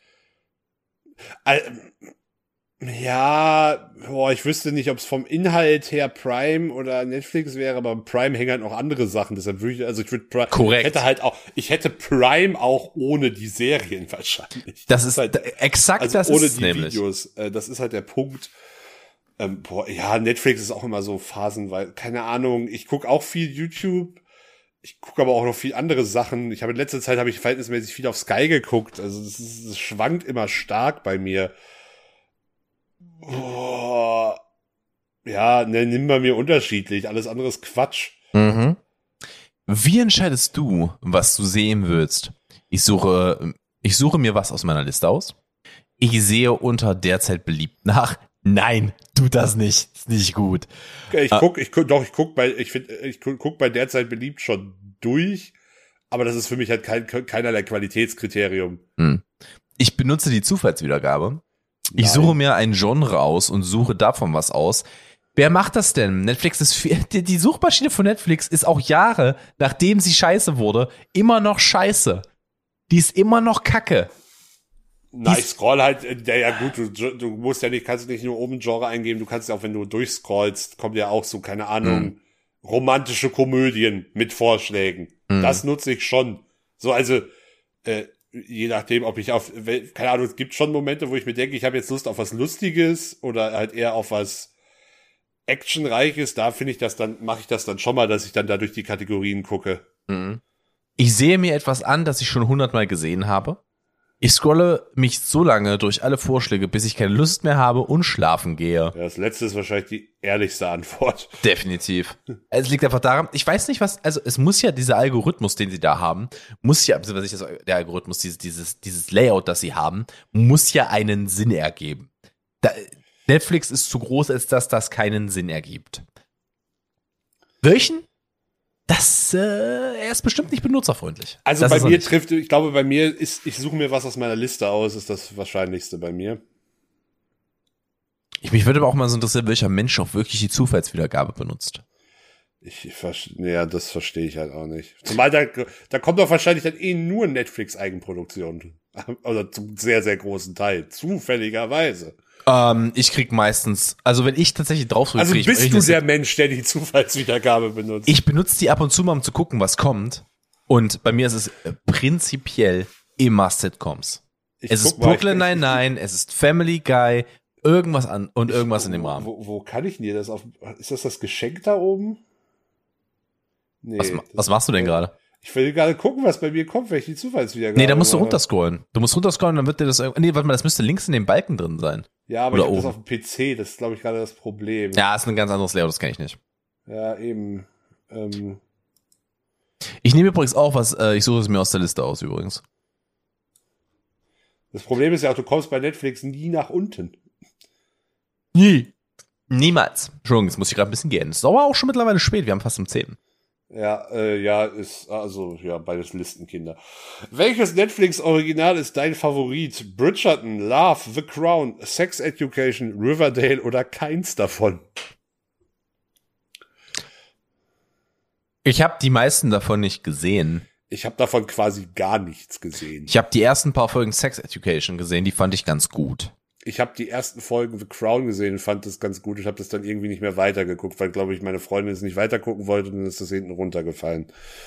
Ja, boah, ich wüsste nicht, ob es vom Inhalt her Prime oder Netflix wäre, aber Prime hängen halt noch andere Sachen. Deshalb würde ich, also ich würde Prime, Korrekt. Ich hätte halt auch, ich hätte Prime auch ohne die Serien wahrscheinlich. Das, das ist halt, exakt also das ohne ist die nämlich. Videos. Äh, das ist halt der Punkt. Ähm, boah, ja, Netflix ist auch immer so phasenweise, keine Ahnung. Ich gucke auch viel YouTube. Ich gucke aber auch noch viel andere Sachen. Ich habe in letzter Zeit habe ich verhältnismäßig viel auf Sky geguckt. Also das, ist, das schwankt immer stark bei mir. Oh, ja, ne, nimm bei mir unterschiedlich. Alles andere ist Quatsch. Mhm. Wie entscheidest du, was du sehen willst? Ich suche, ich suche mir was aus meiner Liste aus. Ich sehe unter derzeit beliebt nach. Nein, tu das nicht. Ist nicht gut. Ich guck, ich guck, doch, ich guck bei, ich finde, ich guck bei derzeit beliebt schon durch. Aber das ist für mich halt kein, keinerlei Qualitätskriterium. Hm. Ich benutze die Zufallswiedergabe. Ich Nein. suche mir ein Genre aus und suche davon was aus. Wer macht das denn? Netflix ist viel, die, die Suchmaschine von Netflix ist auch Jahre, nachdem sie scheiße wurde, immer noch scheiße. Die ist immer noch kacke. Na, ich scroll halt, ja, ja gut, du, du musst ja nicht, kannst nicht nur oben Genre eingeben, du kannst ja auch, wenn du durchscrollst, kommt ja auch so, keine Ahnung, Mhm. romantische Komödien mit Vorschlägen. Mhm. Das nutze ich schon. So, also, äh, je nachdem, ob ich auf, keine Ahnung, es gibt schon Momente, wo ich mir denke, ich habe jetzt Lust auf was Lustiges oder halt eher auf was Actionreiches, da finde ich das dann, mache ich das dann schon mal, dass ich dann da durch die Kategorien gucke. Mhm. Ich sehe mir etwas an, das ich schon hundertmal gesehen habe. Ich scrolle mich so lange durch alle Vorschläge, bis ich keine Lust mehr habe und schlafen gehe. Ja, das letzte ist wahrscheinlich die ehrlichste Antwort. Definitiv. Es liegt einfach daran, ich weiß nicht was, also es muss ja dieser Algorithmus, den sie da haben, muss ja, was ich das, der Algorithmus, dieses, dieses, dieses Layout, das sie haben, muss ja einen Sinn ergeben. Da, Netflix ist zu groß, als dass das keinen Sinn ergibt. Welchen? Das, äh, er ist bestimmt nicht benutzerfreundlich. Also das bei ist er mir nicht. trifft, ich glaube, bei mir ist, ich suche mir was aus meiner Liste aus, ist das Wahrscheinlichste bei mir. Ich, mich würde aber auch mal so interessieren, welcher Mensch auch wirklich die Zufallswiedergabe benutzt. Ich, ich verstehe, ja, das verstehe ich halt auch nicht. Zumal da, da kommt doch wahrscheinlich dann eh nur Netflix-Eigenproduktion. Oder zum sehr, sehr großen Teil. Zufälligerweise. Ähm, ich krieg meistens, also wenn ich tatsächlich drauf drücke, Also krieg ich bist du richtig- der Mensch, der die Zufallswiedergabe benutzt? Ich benutze die ab und zu mal, um zu gucken, was kommt. Und bei mir ist es äh, prinzipiell immer Sitcoms. Ich Es ist guck mal, Brooklyn ich- ich- Nine-Nine, es ist Family Guy, irgendwas an und irgendwas in dem wo, Rahmen. Wo, wo kann ich denn hier das auf? Ist das das Geschenk da oben? Nee. Was, ma- das- was machst du denn gerade? Ich will gerade gucken, was bei mir kommt, wenn ich die Zufallswiedergabe Nee, da musst du mache. runterscrollen. Du musst runterscrollen, dann wird dir das irg- nee, warte mal, das müsste links in dem Balken drin sein. Ja, aber Oder ich habe das oben. auf dem P C, das ist, glaube ich, gerade das Problem. Ja, ist ein ganz anderes Layout, das kenne ich nicht. Ja, eben. Ähm, Ich nehme übrigens auch was, äh, ich suche es mir aus der Liste aus übrigens. das Problem ist ja auch, du kommst bei Netflix nie nach unten. Nie. Niemals. Entschuldigung, jetzt muss ich gerade ein bisschen gehen. Es ist aber auch schon mittlerweile spät, wir haben fast um zehn. Ja, äh, ja, ist, also, ja, beides Listenkinder. Welches Netflix-Original ist dein Favorit? Bridgerton, Love, The Crown, Sex Education, Riverdale oder keins davon? Ich habe die meisten davon nicht gesehen. Ich habe davon quasi gar nichts gesehen. Ich habe die ersten paar Folgen Sex Education gesehen, die fand ich ganz gut. Ich habe die ersten Folgen The Crown gesehen und fand das ganz gut. Ich habe das dann irgendwie nicht mehr weitergeguckt, weil, glaube ich, meine Freundin es nicht weitergucken wollte und dann ist das hinten runtergefallen.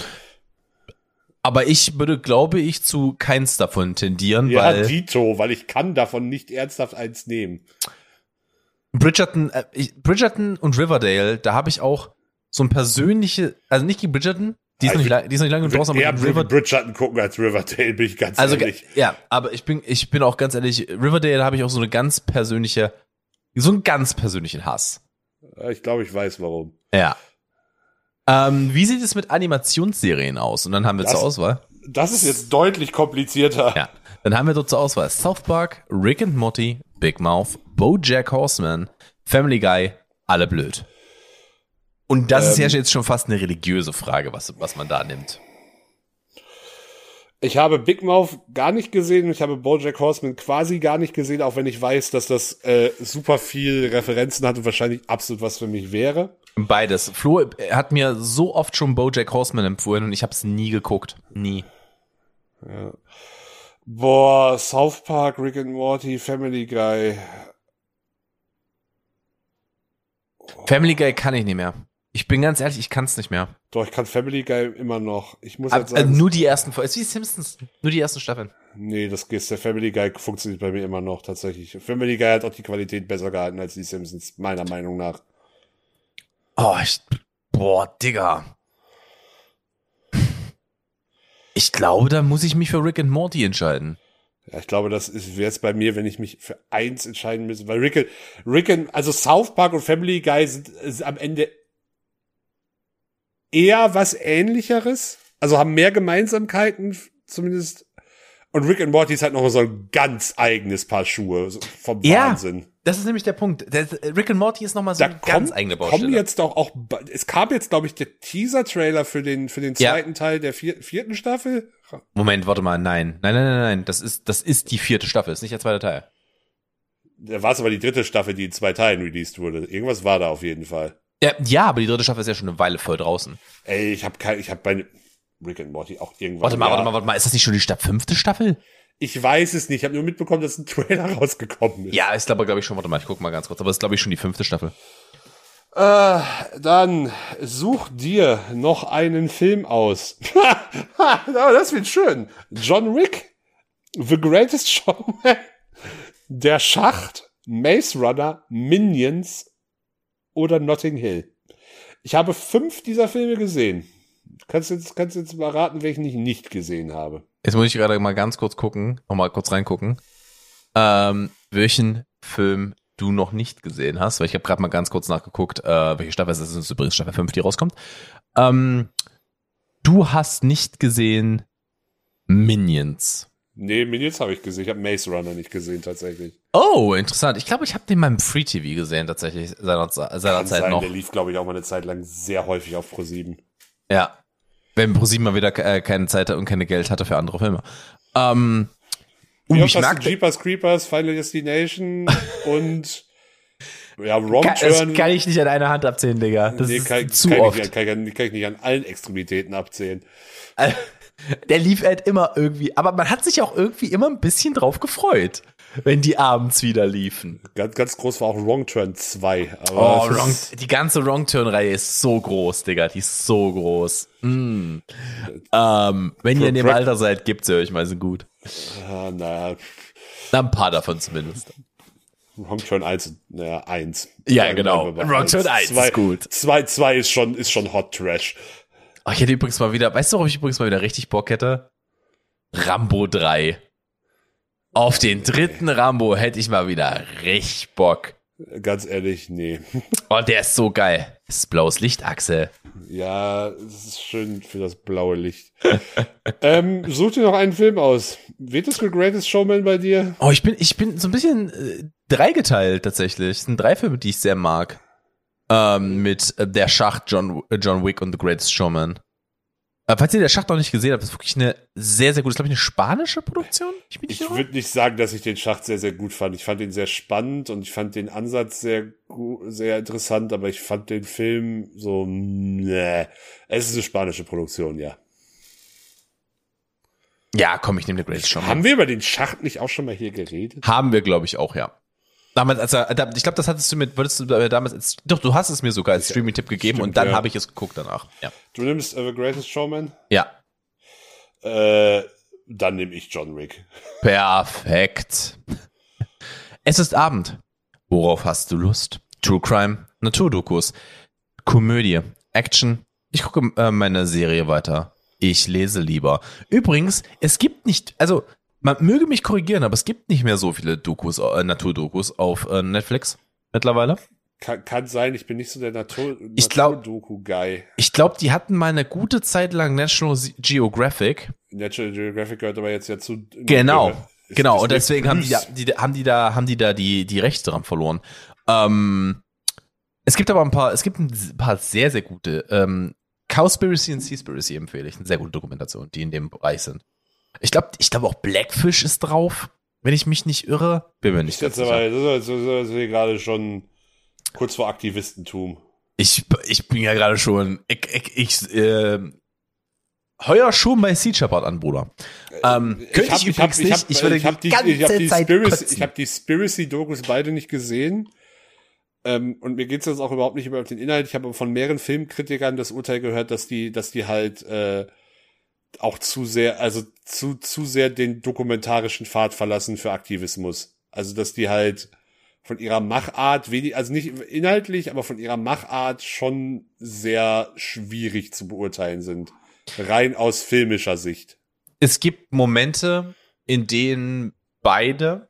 Aber ich würde, glaube ich, zu keins davon tendieren, Ja, weil Dito, weil ich kann davon nicht ernsthaft eins nehmen. Bridgerton, äh, ich, Bridgerton und Riverdale, da habe ich auch so ein persönliche, also nicht gegen Bridgerton, die ist, Also noch, nicht, lang- die ist noch nicht lange Ich draußen, würde aber eher gegen River, Bridgerton gucken als Riverdale, bin ich ganz also ehrlich. ja, aber ich bin, ich bin auch ganz ehrlich, Riverdale habe ich auch so eine ganz persönliche, so einen ganz persönlichen Hass. Ich glaube, ich weiß warum. Ja. Ähm, wie sieht es mit Animationsserien aus? Und dann haben wir Das- zur Auswahl. Das ist jetzt deutlich komplizierter. Ja. Dann haben wir dort zur Auswahl South Park, Rick and Morty, Big Mouth, BoJack Horseman, Family Guy, alle blöd. Und das ist ja Ähm. jetzt schon fast eine religiöse Frage, was, was man da nimmt. Ich habe Big Mouth gar nicht gesehen und ich habe BoJack Horseman quasi gar nicht gesehen, auch wenn ich weiß, dass das äh, super viel Referenzen hat und wahrscheinlich absolut was für mich wäre. Beides. Flo hat mir so oft schon BoJack Horseman empfohlen und ich habe es nie geguckt. Nie. Ja. Boah, South Park, Rick and Morty, Family Guy. Family Guy kann ich nicht mehr. Ich bin ganz ehrlich, ich kann es nicht mehr. Doch, ich kann Family Guy immer noch. Ich muss Aber, halt sagen, äh, nur die ersten Folgen. Es ist wie Simpsons. Nur die ersten Staffeln. nee, das ist der Family Guy funktioniert bei mir immer noch tatsächlich. Family Guy hat auch die Qualität besser gehalten als die Simpsons, meiner Meinung nach. Oh, ich, boah, Digga. Ich glaube, da muss ich mich für Rick and Morty entscheiden. Ja, ich glaube, das wäre jetzt bei mir, wenn ich mich für eins entscheiden müsste. Weil Rick, Rick and, also South Park und Family Guy sind, sind am Ende eher was Ähnlicheres. Also haben mehr Gemeinsamkeiten, zumindest. Und Rick and Morty ist halt noch so ein ganz eigenes Paar Schuhe. So vom Ja. Wahnsinn. Das ist nämlich der Punkt. Der, Rick and Morty ist nochmal so Da eine ganz kommt, eigene Baustelle. kommen jetzt doch auch, es kam jetzt, glaube ich, der Teaser-Trailer für den, für den Ja. zweiten Teil der vier, vierten Staffel. Moment, warte mal, nein. Nein, nein, nein, nein. Das ist, das ist die vierte Staffel, ist nicht der zweite Teil. Da war es aber die dritte Staffel, die in zwei Teilen released wurde. Irgendwas war da auf jeden Fall. Ja, ja, aber die dritte Staffel ist ja schon eine Weile voll draußen. Ey, ich habe kein, ich habe bei Rick and Morty auch irgendwann. Warte mal, ja, warte mal, warte mal. Ist das nicht schon die Stadt fünfte Staffel? Ich weiß es nicht. Ich habe nur mitbekommen, dass ein Trailer rausgekommen ist. Ja, ist glaube glaub ich schon. Warte mal, ich guck mal ganz kurz. Aber es ist glaube ich schon die fünfte Staffel. Äh, dann such dir noch einen Film aus. Aber das wird schön. John Wick, The Greatest Showman, Der Schacht, Maze Runner, Minions oder Notting Hill. Ich habe fünf dieser Filme gesehen. Kannst jetzt, kannst jetzt mal raten, welchen ich nicht gesehen habe. Jetzt muss ich gerade mal ganz kurz gucken, noch mal kurz reingucken, ähm, welchen Film du noch nicht gesehen hast, weil ich habe gerade mal ganz kurz nachgeguckt, äh, welche Staffel es ist. Es ist übrigens Staffel fünf, die rauskommt. Ähm, du hast nicht gesehen Minions. Nee, Minions habe ich gesehen. Ich habe Maze Runner nicht gesehen, tatsächlich. Oh, interessant. Ich glaube, ich habe den mal im Free T V gesehen, tatsächlich, seiner, seiner Kann Zeit sein, noch. der lief, glaube ich, auch mal eine Zeit lang sehr häufig auf ProSieben. Ja. Wenn ProSieben mal wieder äh, keine Zeit und keine Geld hatte für andere Filme. Ähm, Wie und oft ich hast mag du Jeepers Creepers, Final Destination und ja, Wrong das Turn. kann ich nicht an einer Hand abzählen, Digga. Das Nee, ist kann, zu kann, oft. Ich, kann, kann, kann ich nicht an allen Extremitäten abzählen. Der lief halt immer irgendwie, aber man hat sich auch irgendwie immer ein bisschen drauf gefreut, wenn die abends wieder liefen. Ganz, ganz groß war auch Wrong Turn zwei. Oh, Aber das Wrong, ist- die ganze Wrong Turn-Reihe ist so groß, Digga, die ist so groß. Mm. Ähm, wenn ihr in dem Pro- Alter seid, gibt's ja euch mal so gut. ah, naja, Na, ein paar davon zumindest. Wrong Turn eins, naja, eins. Ja, Bleiben genau. wir bei Wrong Turn eins ist Zwei- gut. Zwei, zwei ist schon, ist schon Hot Trash. Oh, ich hätte übrigens mal wieder, weißt du, worauf ich übrigens mal wieder richtig Bock hätte? Rambo drei. Auf den dritten Rambo hätte ich mal wieder richtig Bock. Ganz ehrlich, nee. Oh, der ist so geil. Das ist blaues Licht, Axel. Ja, es ist schön für das blaue Licht. ähm, such dir noch einen Film aus. Wird das The Greatest Showman bei dir? Oh, ich bin, ich bin so ein bisschen äh, dreigeteilt tatsächlich. Es sind drei Filme, die ich sehr mag. Ähm, mit äh, Der Schacht, John, äh, John Wick und The Greatest Showman. Äh, falls ihr Der Schacht noch nicht gesehen habt, ist wirklich eine sehr, sehr gute, ist glaube ich eine spanische Produktion. Ich, bin nicht Ich irre. würde nicht sagen, dass ich den Schacht sehr, sehr gut fand. Ich fand ihn sehr spannend und ich fand den Ansatz sehr gu- sehr interessant, aber ich fand den Film so, ne. Es ist eine spanische Produktion, ja. Ja, komm, ich nehme The Greatest Showman. Haben wir über den Schacht nicht auch schon mal hier geredet? Haben wir, glaube ich, auch, ja. Damals, als er, da- ich glaube, das hattest du mit, wolltest du äh, damals, als, doch, du hast es mir sogar als Streaming-Tipp gegeben Stimmt, und dann ja. habe ich es geguckt danach. Ja. Du nimmst uh, The Greatest Showman? Ja. Äh, dann nehme ich John Wick. Perfekt. Es ist Abend. Worauf hast du Lust? True Crime, Naturdokus, Komödie, Action. Ich gucke äh, meine Serie weiter. Ich lese lieber. Übrigens, es gibt nicht, also man möge mich korrigieren, aber es gibt nicht mehr so viele Dokus, äh, Naturdokus auf äh, Netflix mittlerweile. Kann, kann sein, ich bin nicht so der Natur, Ich glaub- Natur-Doku-Guy. Ich glaube, die hatten mal eine gute Zeit lang National Geographic. Natural Geographic gehört aber jetzt ja zu. Genau, Ist- genau. ist Und deswegen haben die, da, Grüß. die, haben die da, haben die da die, die Rechte dran verloren. Ähm, es gibt aber ein paar, es gibt ein paar sehr, sehr gute. Ähm, Cowspiracy und Seaspiracy empfehle ich. Eine sehr gute Dokumentation, die in dem Bereich sind. Ich glaube, ich glaube auch Blackfish ist drauf, wenn ich mich nicht irre. Bin mir nicht Ist ganz jetzt sicher. aber, das ist, das ist gerade schon kurz vor Aktivistentum. Ich, ich bin ja gerade schon, ich, ich, ich äh, heuer schon bei Sea Shepherd an, Bruder. Ähm, könnte ich, ich übrigens ich hab, nicht. Ich, würde ich habe die, ganze ich hab die Zeit Spiracy, kotzen. ich habe die Spiracy-Dokus beide nicht gesehen. Ähm, und mir geht's jetzt auch überhaupt nicht über den Inhalt. Ich habe von mehreren Filmkritikern das Urteil gehört, dass die, dass die halt äh, auch zu sehr, also zu zu sehr den dokumentarischen Pfad verlassen für Aktivismus. Also dass die halt von ihrer Machart wenig, also nicht inhaltlich, aber von ihrer Machart schon sehr schwierig zu beurteilen sind. Rein aus filmischer Sicht. Es gibt Momente, in denen beide,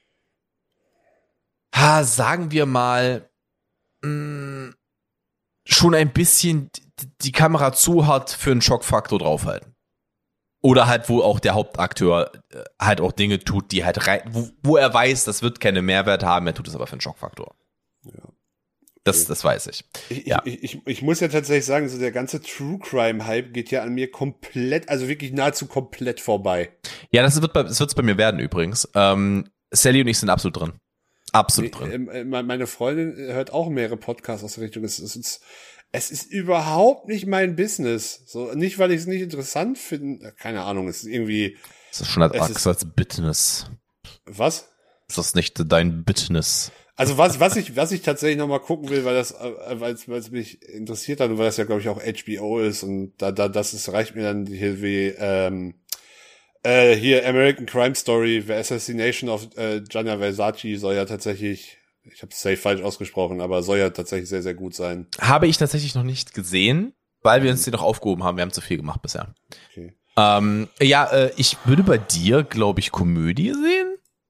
ha, sagen wir mal, mh, schon ein bisschen die Kamera zu hart für einen Schockfaktor draufhalten. Oder halt, wo auch der Hauptakteur äh, halt auch Dinge tut, die halt rein, wo, wo er weiß, das wird keine Mehrwert haben, er tut es aber für einen Schockfaktor. Ja. Das, das weiß ich. Ich, Ja. ich, ich, ich muss ja tatsächlich sagen, so der ganze True Crime Hype geht ja an mir komplett, also wirklich nahezu komplett vorbei. Ja, das wird bei, das wird's bei mir werden übrigens. Ähm, Sally und ich sind absolut drin. Absolut drin. Ähm, äh, Meine Freundin hört auch mehrere Podcasts aus der Richtung. Es ist, es ist überhaupt nicht mein Business. So, nicht, weil ich es nicht interessant finde. Keine Ahnung, es ist irgendwie. Das ist schon als es Axt ist- als Business. Was? Das ist nicht dein Business. Also was, was ich, was ich tatsächlich noch mal gucken will, weil das, äh, weil es, weil es mich interessiert hat und weil das ja, glaube ich, auch H B O ist und da, da, das ist, reicht mir dann hier wie, ähm, äh, hier American Crime Story, The Assassination of äh, Gianni Versace soll ja tatsächlich, ich habe es safe falsch ausgesprochen, aber soll ja tatsächlich sehr, sehr gut sein. Habe ich tatsächlich noch nicht gesehen, weil wir uns die noch aufgehoben haben. Wir haben zu viel gemacht bisher. Okay. Ähm, ja, äh, ich würde bei dir, glaube ich, Komödie sehen.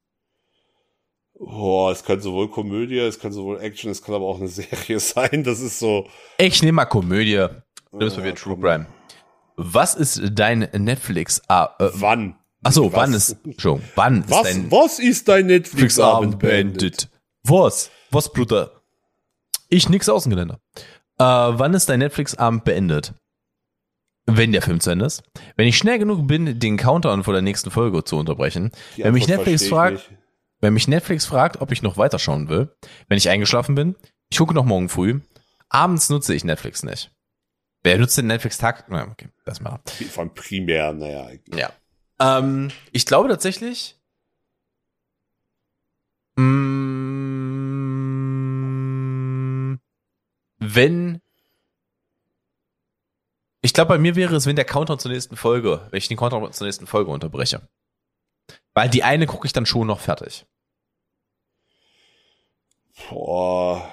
Boah, es kann sowohl Komödie, es kann sowohl Action, es kann aber auch eine Serie sein. Das ist so. Ich nehme mal Komödie. Du bist bei Ja, mir True komm. Crime. Was ist dein Netflix? Ah, äh, Wann? ach so, Was? wann ist schon? Wann ist Was, dein was ist dein Netflix-Abend Netflix-Abend beendet? beendet? Was? Was, Bruder? Ich nix Außengeländer. Äh, wann ist dein Netflix-Abend beendet? Wenn der Film zu Ende ist. Wenn ich schnell genug bin, den Countdown vor der nächsten Folge zu unterbrechen. Die Wenn mich Antwort Netflix verstehe ich fragt, nicht. wenn mich Netflix fragt, ob ich noch weiterschauen will, wenn ich eingeschlafen bin, ich gucke noch morgen früh. Abends nutze ich Netflix nicht. Wer nutzt den Netflix-Tag? Na, okay, das mal. Von primär, naja. Ja. Ähm, ich glaube tatsächlich, mh, wenn, ich glaube, bei mir wäre es, wenn der Countdown zur nächsten Folge, wenn ich den Countdown zur nächsten Folge unterbreche. Weil die eine gucke ich dann schon noch fertig. Boah.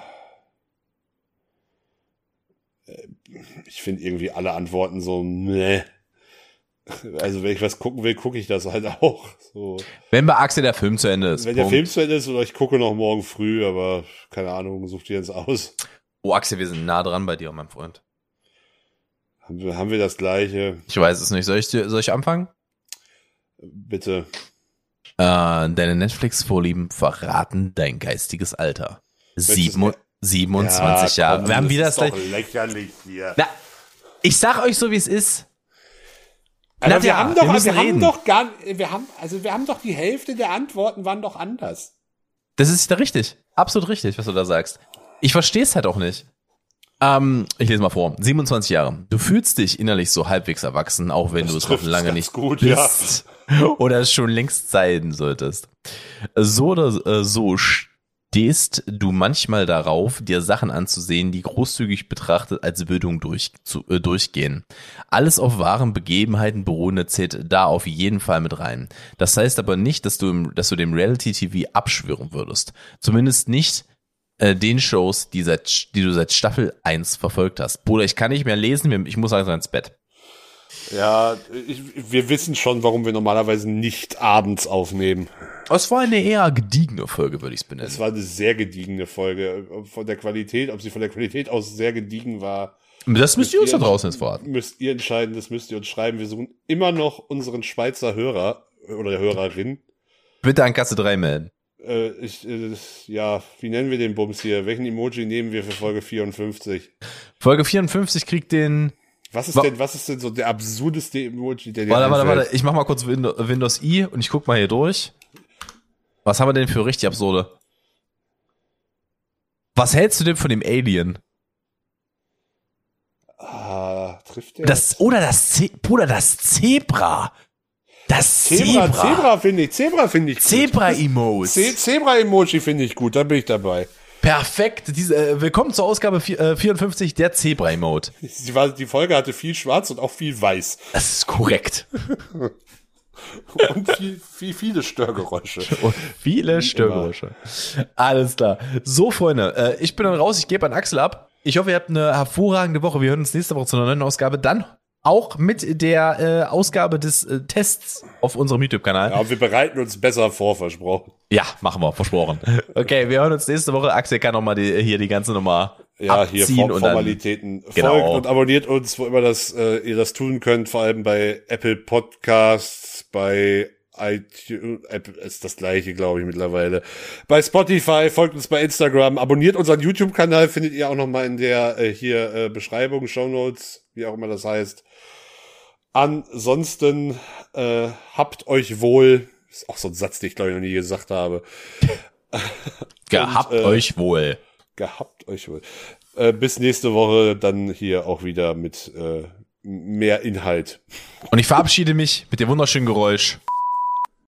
Äh, Ich finde irgendwie alle Antworten so, meh. Also wenn ich was gucken will, gucke ich das halt auch. So. Wenn bei Axel der Film zu Ende ist. Wenn der Punkt. Film zu Ende ist oder ich gucke noch morgen früh, aber keine Ahnung, such dir jetzt aus. Oh, Axel, wir sind nah dran bei dir, mein Freund. Haben wir, haben wir das Gleiche? Ich weiß es nicht. Soll ich, soll ich anfangen? Bitte. Äh, deine Netflix-Vorlieben verraten dein geistiges Alter. Sieben, siebenundzwanzig Ja, Jahre. komm, Wir haben wieder ist das doch gleiche. lächerlich hier. Na, ich sag euch so, wie es ist. Aber Nadja, wir haben doch, wir wir, müssen haben reden. doch gar, wir haben, also wir haben doch die Hälfte der Antworten waren doch anders. Das ist da richtig. Absolut richtig, was du da sagst. Ich verstehe es halt auch nicht. Ähm, ich lese mal vor. siebenundzwanzig Jahre. Du fühlst dich innerlich so halbwegs erwachsen, auch wenn Das du es noch trifft's lange ganz nicht gut, bist. Oder es schon längst sein solltest. So oder äh, so stehst du manchmal darauf, dir Sachen anzusehen, die großzügig betrachtet als Bildung durch, zu, äh, durchgehen. Alles auf wahren Begebenheiten beruhende zählt da auf jeden Fall mit rein. Das heißt aber nicht, dass du, im, dass du dem Reality-T V abschwören würdest. Zumindest nicht äh, den Shows, die, seit, die du seit Staffel eins verfolgt hast. Bruder, ich kann nicht mehr lesen, ich muss langsam ins Bett. Ja, ich, wir wissen schon, warum wir normalerweise nicht abends aufnehmen. Es war eine eher gediegene Folge, würde ich es benennen. Es war eine sehr gediegene Folge. Von der Qualität, ob sie von der Qualität aus sehr gediegen war, Das müsst ihr uns da draußen jetzt verraten. müsst ihr entscheiden, das müsst ihr uns schreiben. Wir suchen immer noch unseren Schweizer Hörer oder Hörerin. Bitte an Kasse drei melden. Äh, ich, äh, ja, wie nennen wir den Bums hier? Welchen Emoji nehmen wir für Folge vierundfünfzig? Folge vierundfünfzig kriegt den Was ist Wa- denn, was ist denn so der absurdeste Emoji, der dir Warte, warte, einfällt? warte. Ich mach mal kurz Windows, Windows I und ich guck mal hier durch. Was haben wir denn für richtig absurde? Was hältst du denn von dem Alien? Ah, trifft der? Das, oder das, Ze Bruder, das Zebra. Das Zebra, Zebra. Zebra finde ich, Zebra finde ich gut. Zebra-Emotes. Ze- Zebra-Emoji finde ich gut, da bin ich dabei. Perfekt. Diese, äh, willkommen zur Ausgabe vier, äh, vierundfünfzig, der Zebra-Emote. Die, war, die Folge hatte viel schwarz und auch viel weiß. Das ist korrekt. Und viel, viel, viele Störgeräusche. Und viele Störgeräusche. Alles klar. So, Freunde, äh, ich bin dann raus, ich gebe an Axel ab. Ich hoffe, ihr habt eine hervorragende Woche. Wir hören uns nächste Woche zu einer neuen Ausgabe. Dann auch mit der äh, Ausgabe des äh, Tests auf unserem YouTube-Kanal. Ja, wir bereiten uns besser vor, versprochen. Ja, machen wir, versprochen. Okay, wir hören uns nächste Woche. Axel kann nochmal die, hier die ganze Nummer Ja, hier abziehen For und dann, Formalitäten. Genau. Folgt und abonniert uns, wo immer das, äh, ihr das tun könnt, vor allem bei Apple Podcasts, bei iTunes, Apple ist das gleiche, glaube ich, mittlerweile. Bei Spotify, folgt uns bei Instagram, abonniert unseren YouTube-Kanal, findet ihr auch nochmal in der äh, hier äh, Beschreibung, Shownotes, wie auch immer das heißt. Ansonsten äh, habt euch wohl, ist auch so ein Satz, den ich glaube ich noch nie gesagt habe. gehabt und, äh, euch wohl. Gehabt euch wohl. Äh, bis nächste Woche dann hier auch wieder mit äh, mehr Inhalt. Und ich verabschiede mich mit dem wunderschönen Geräusch.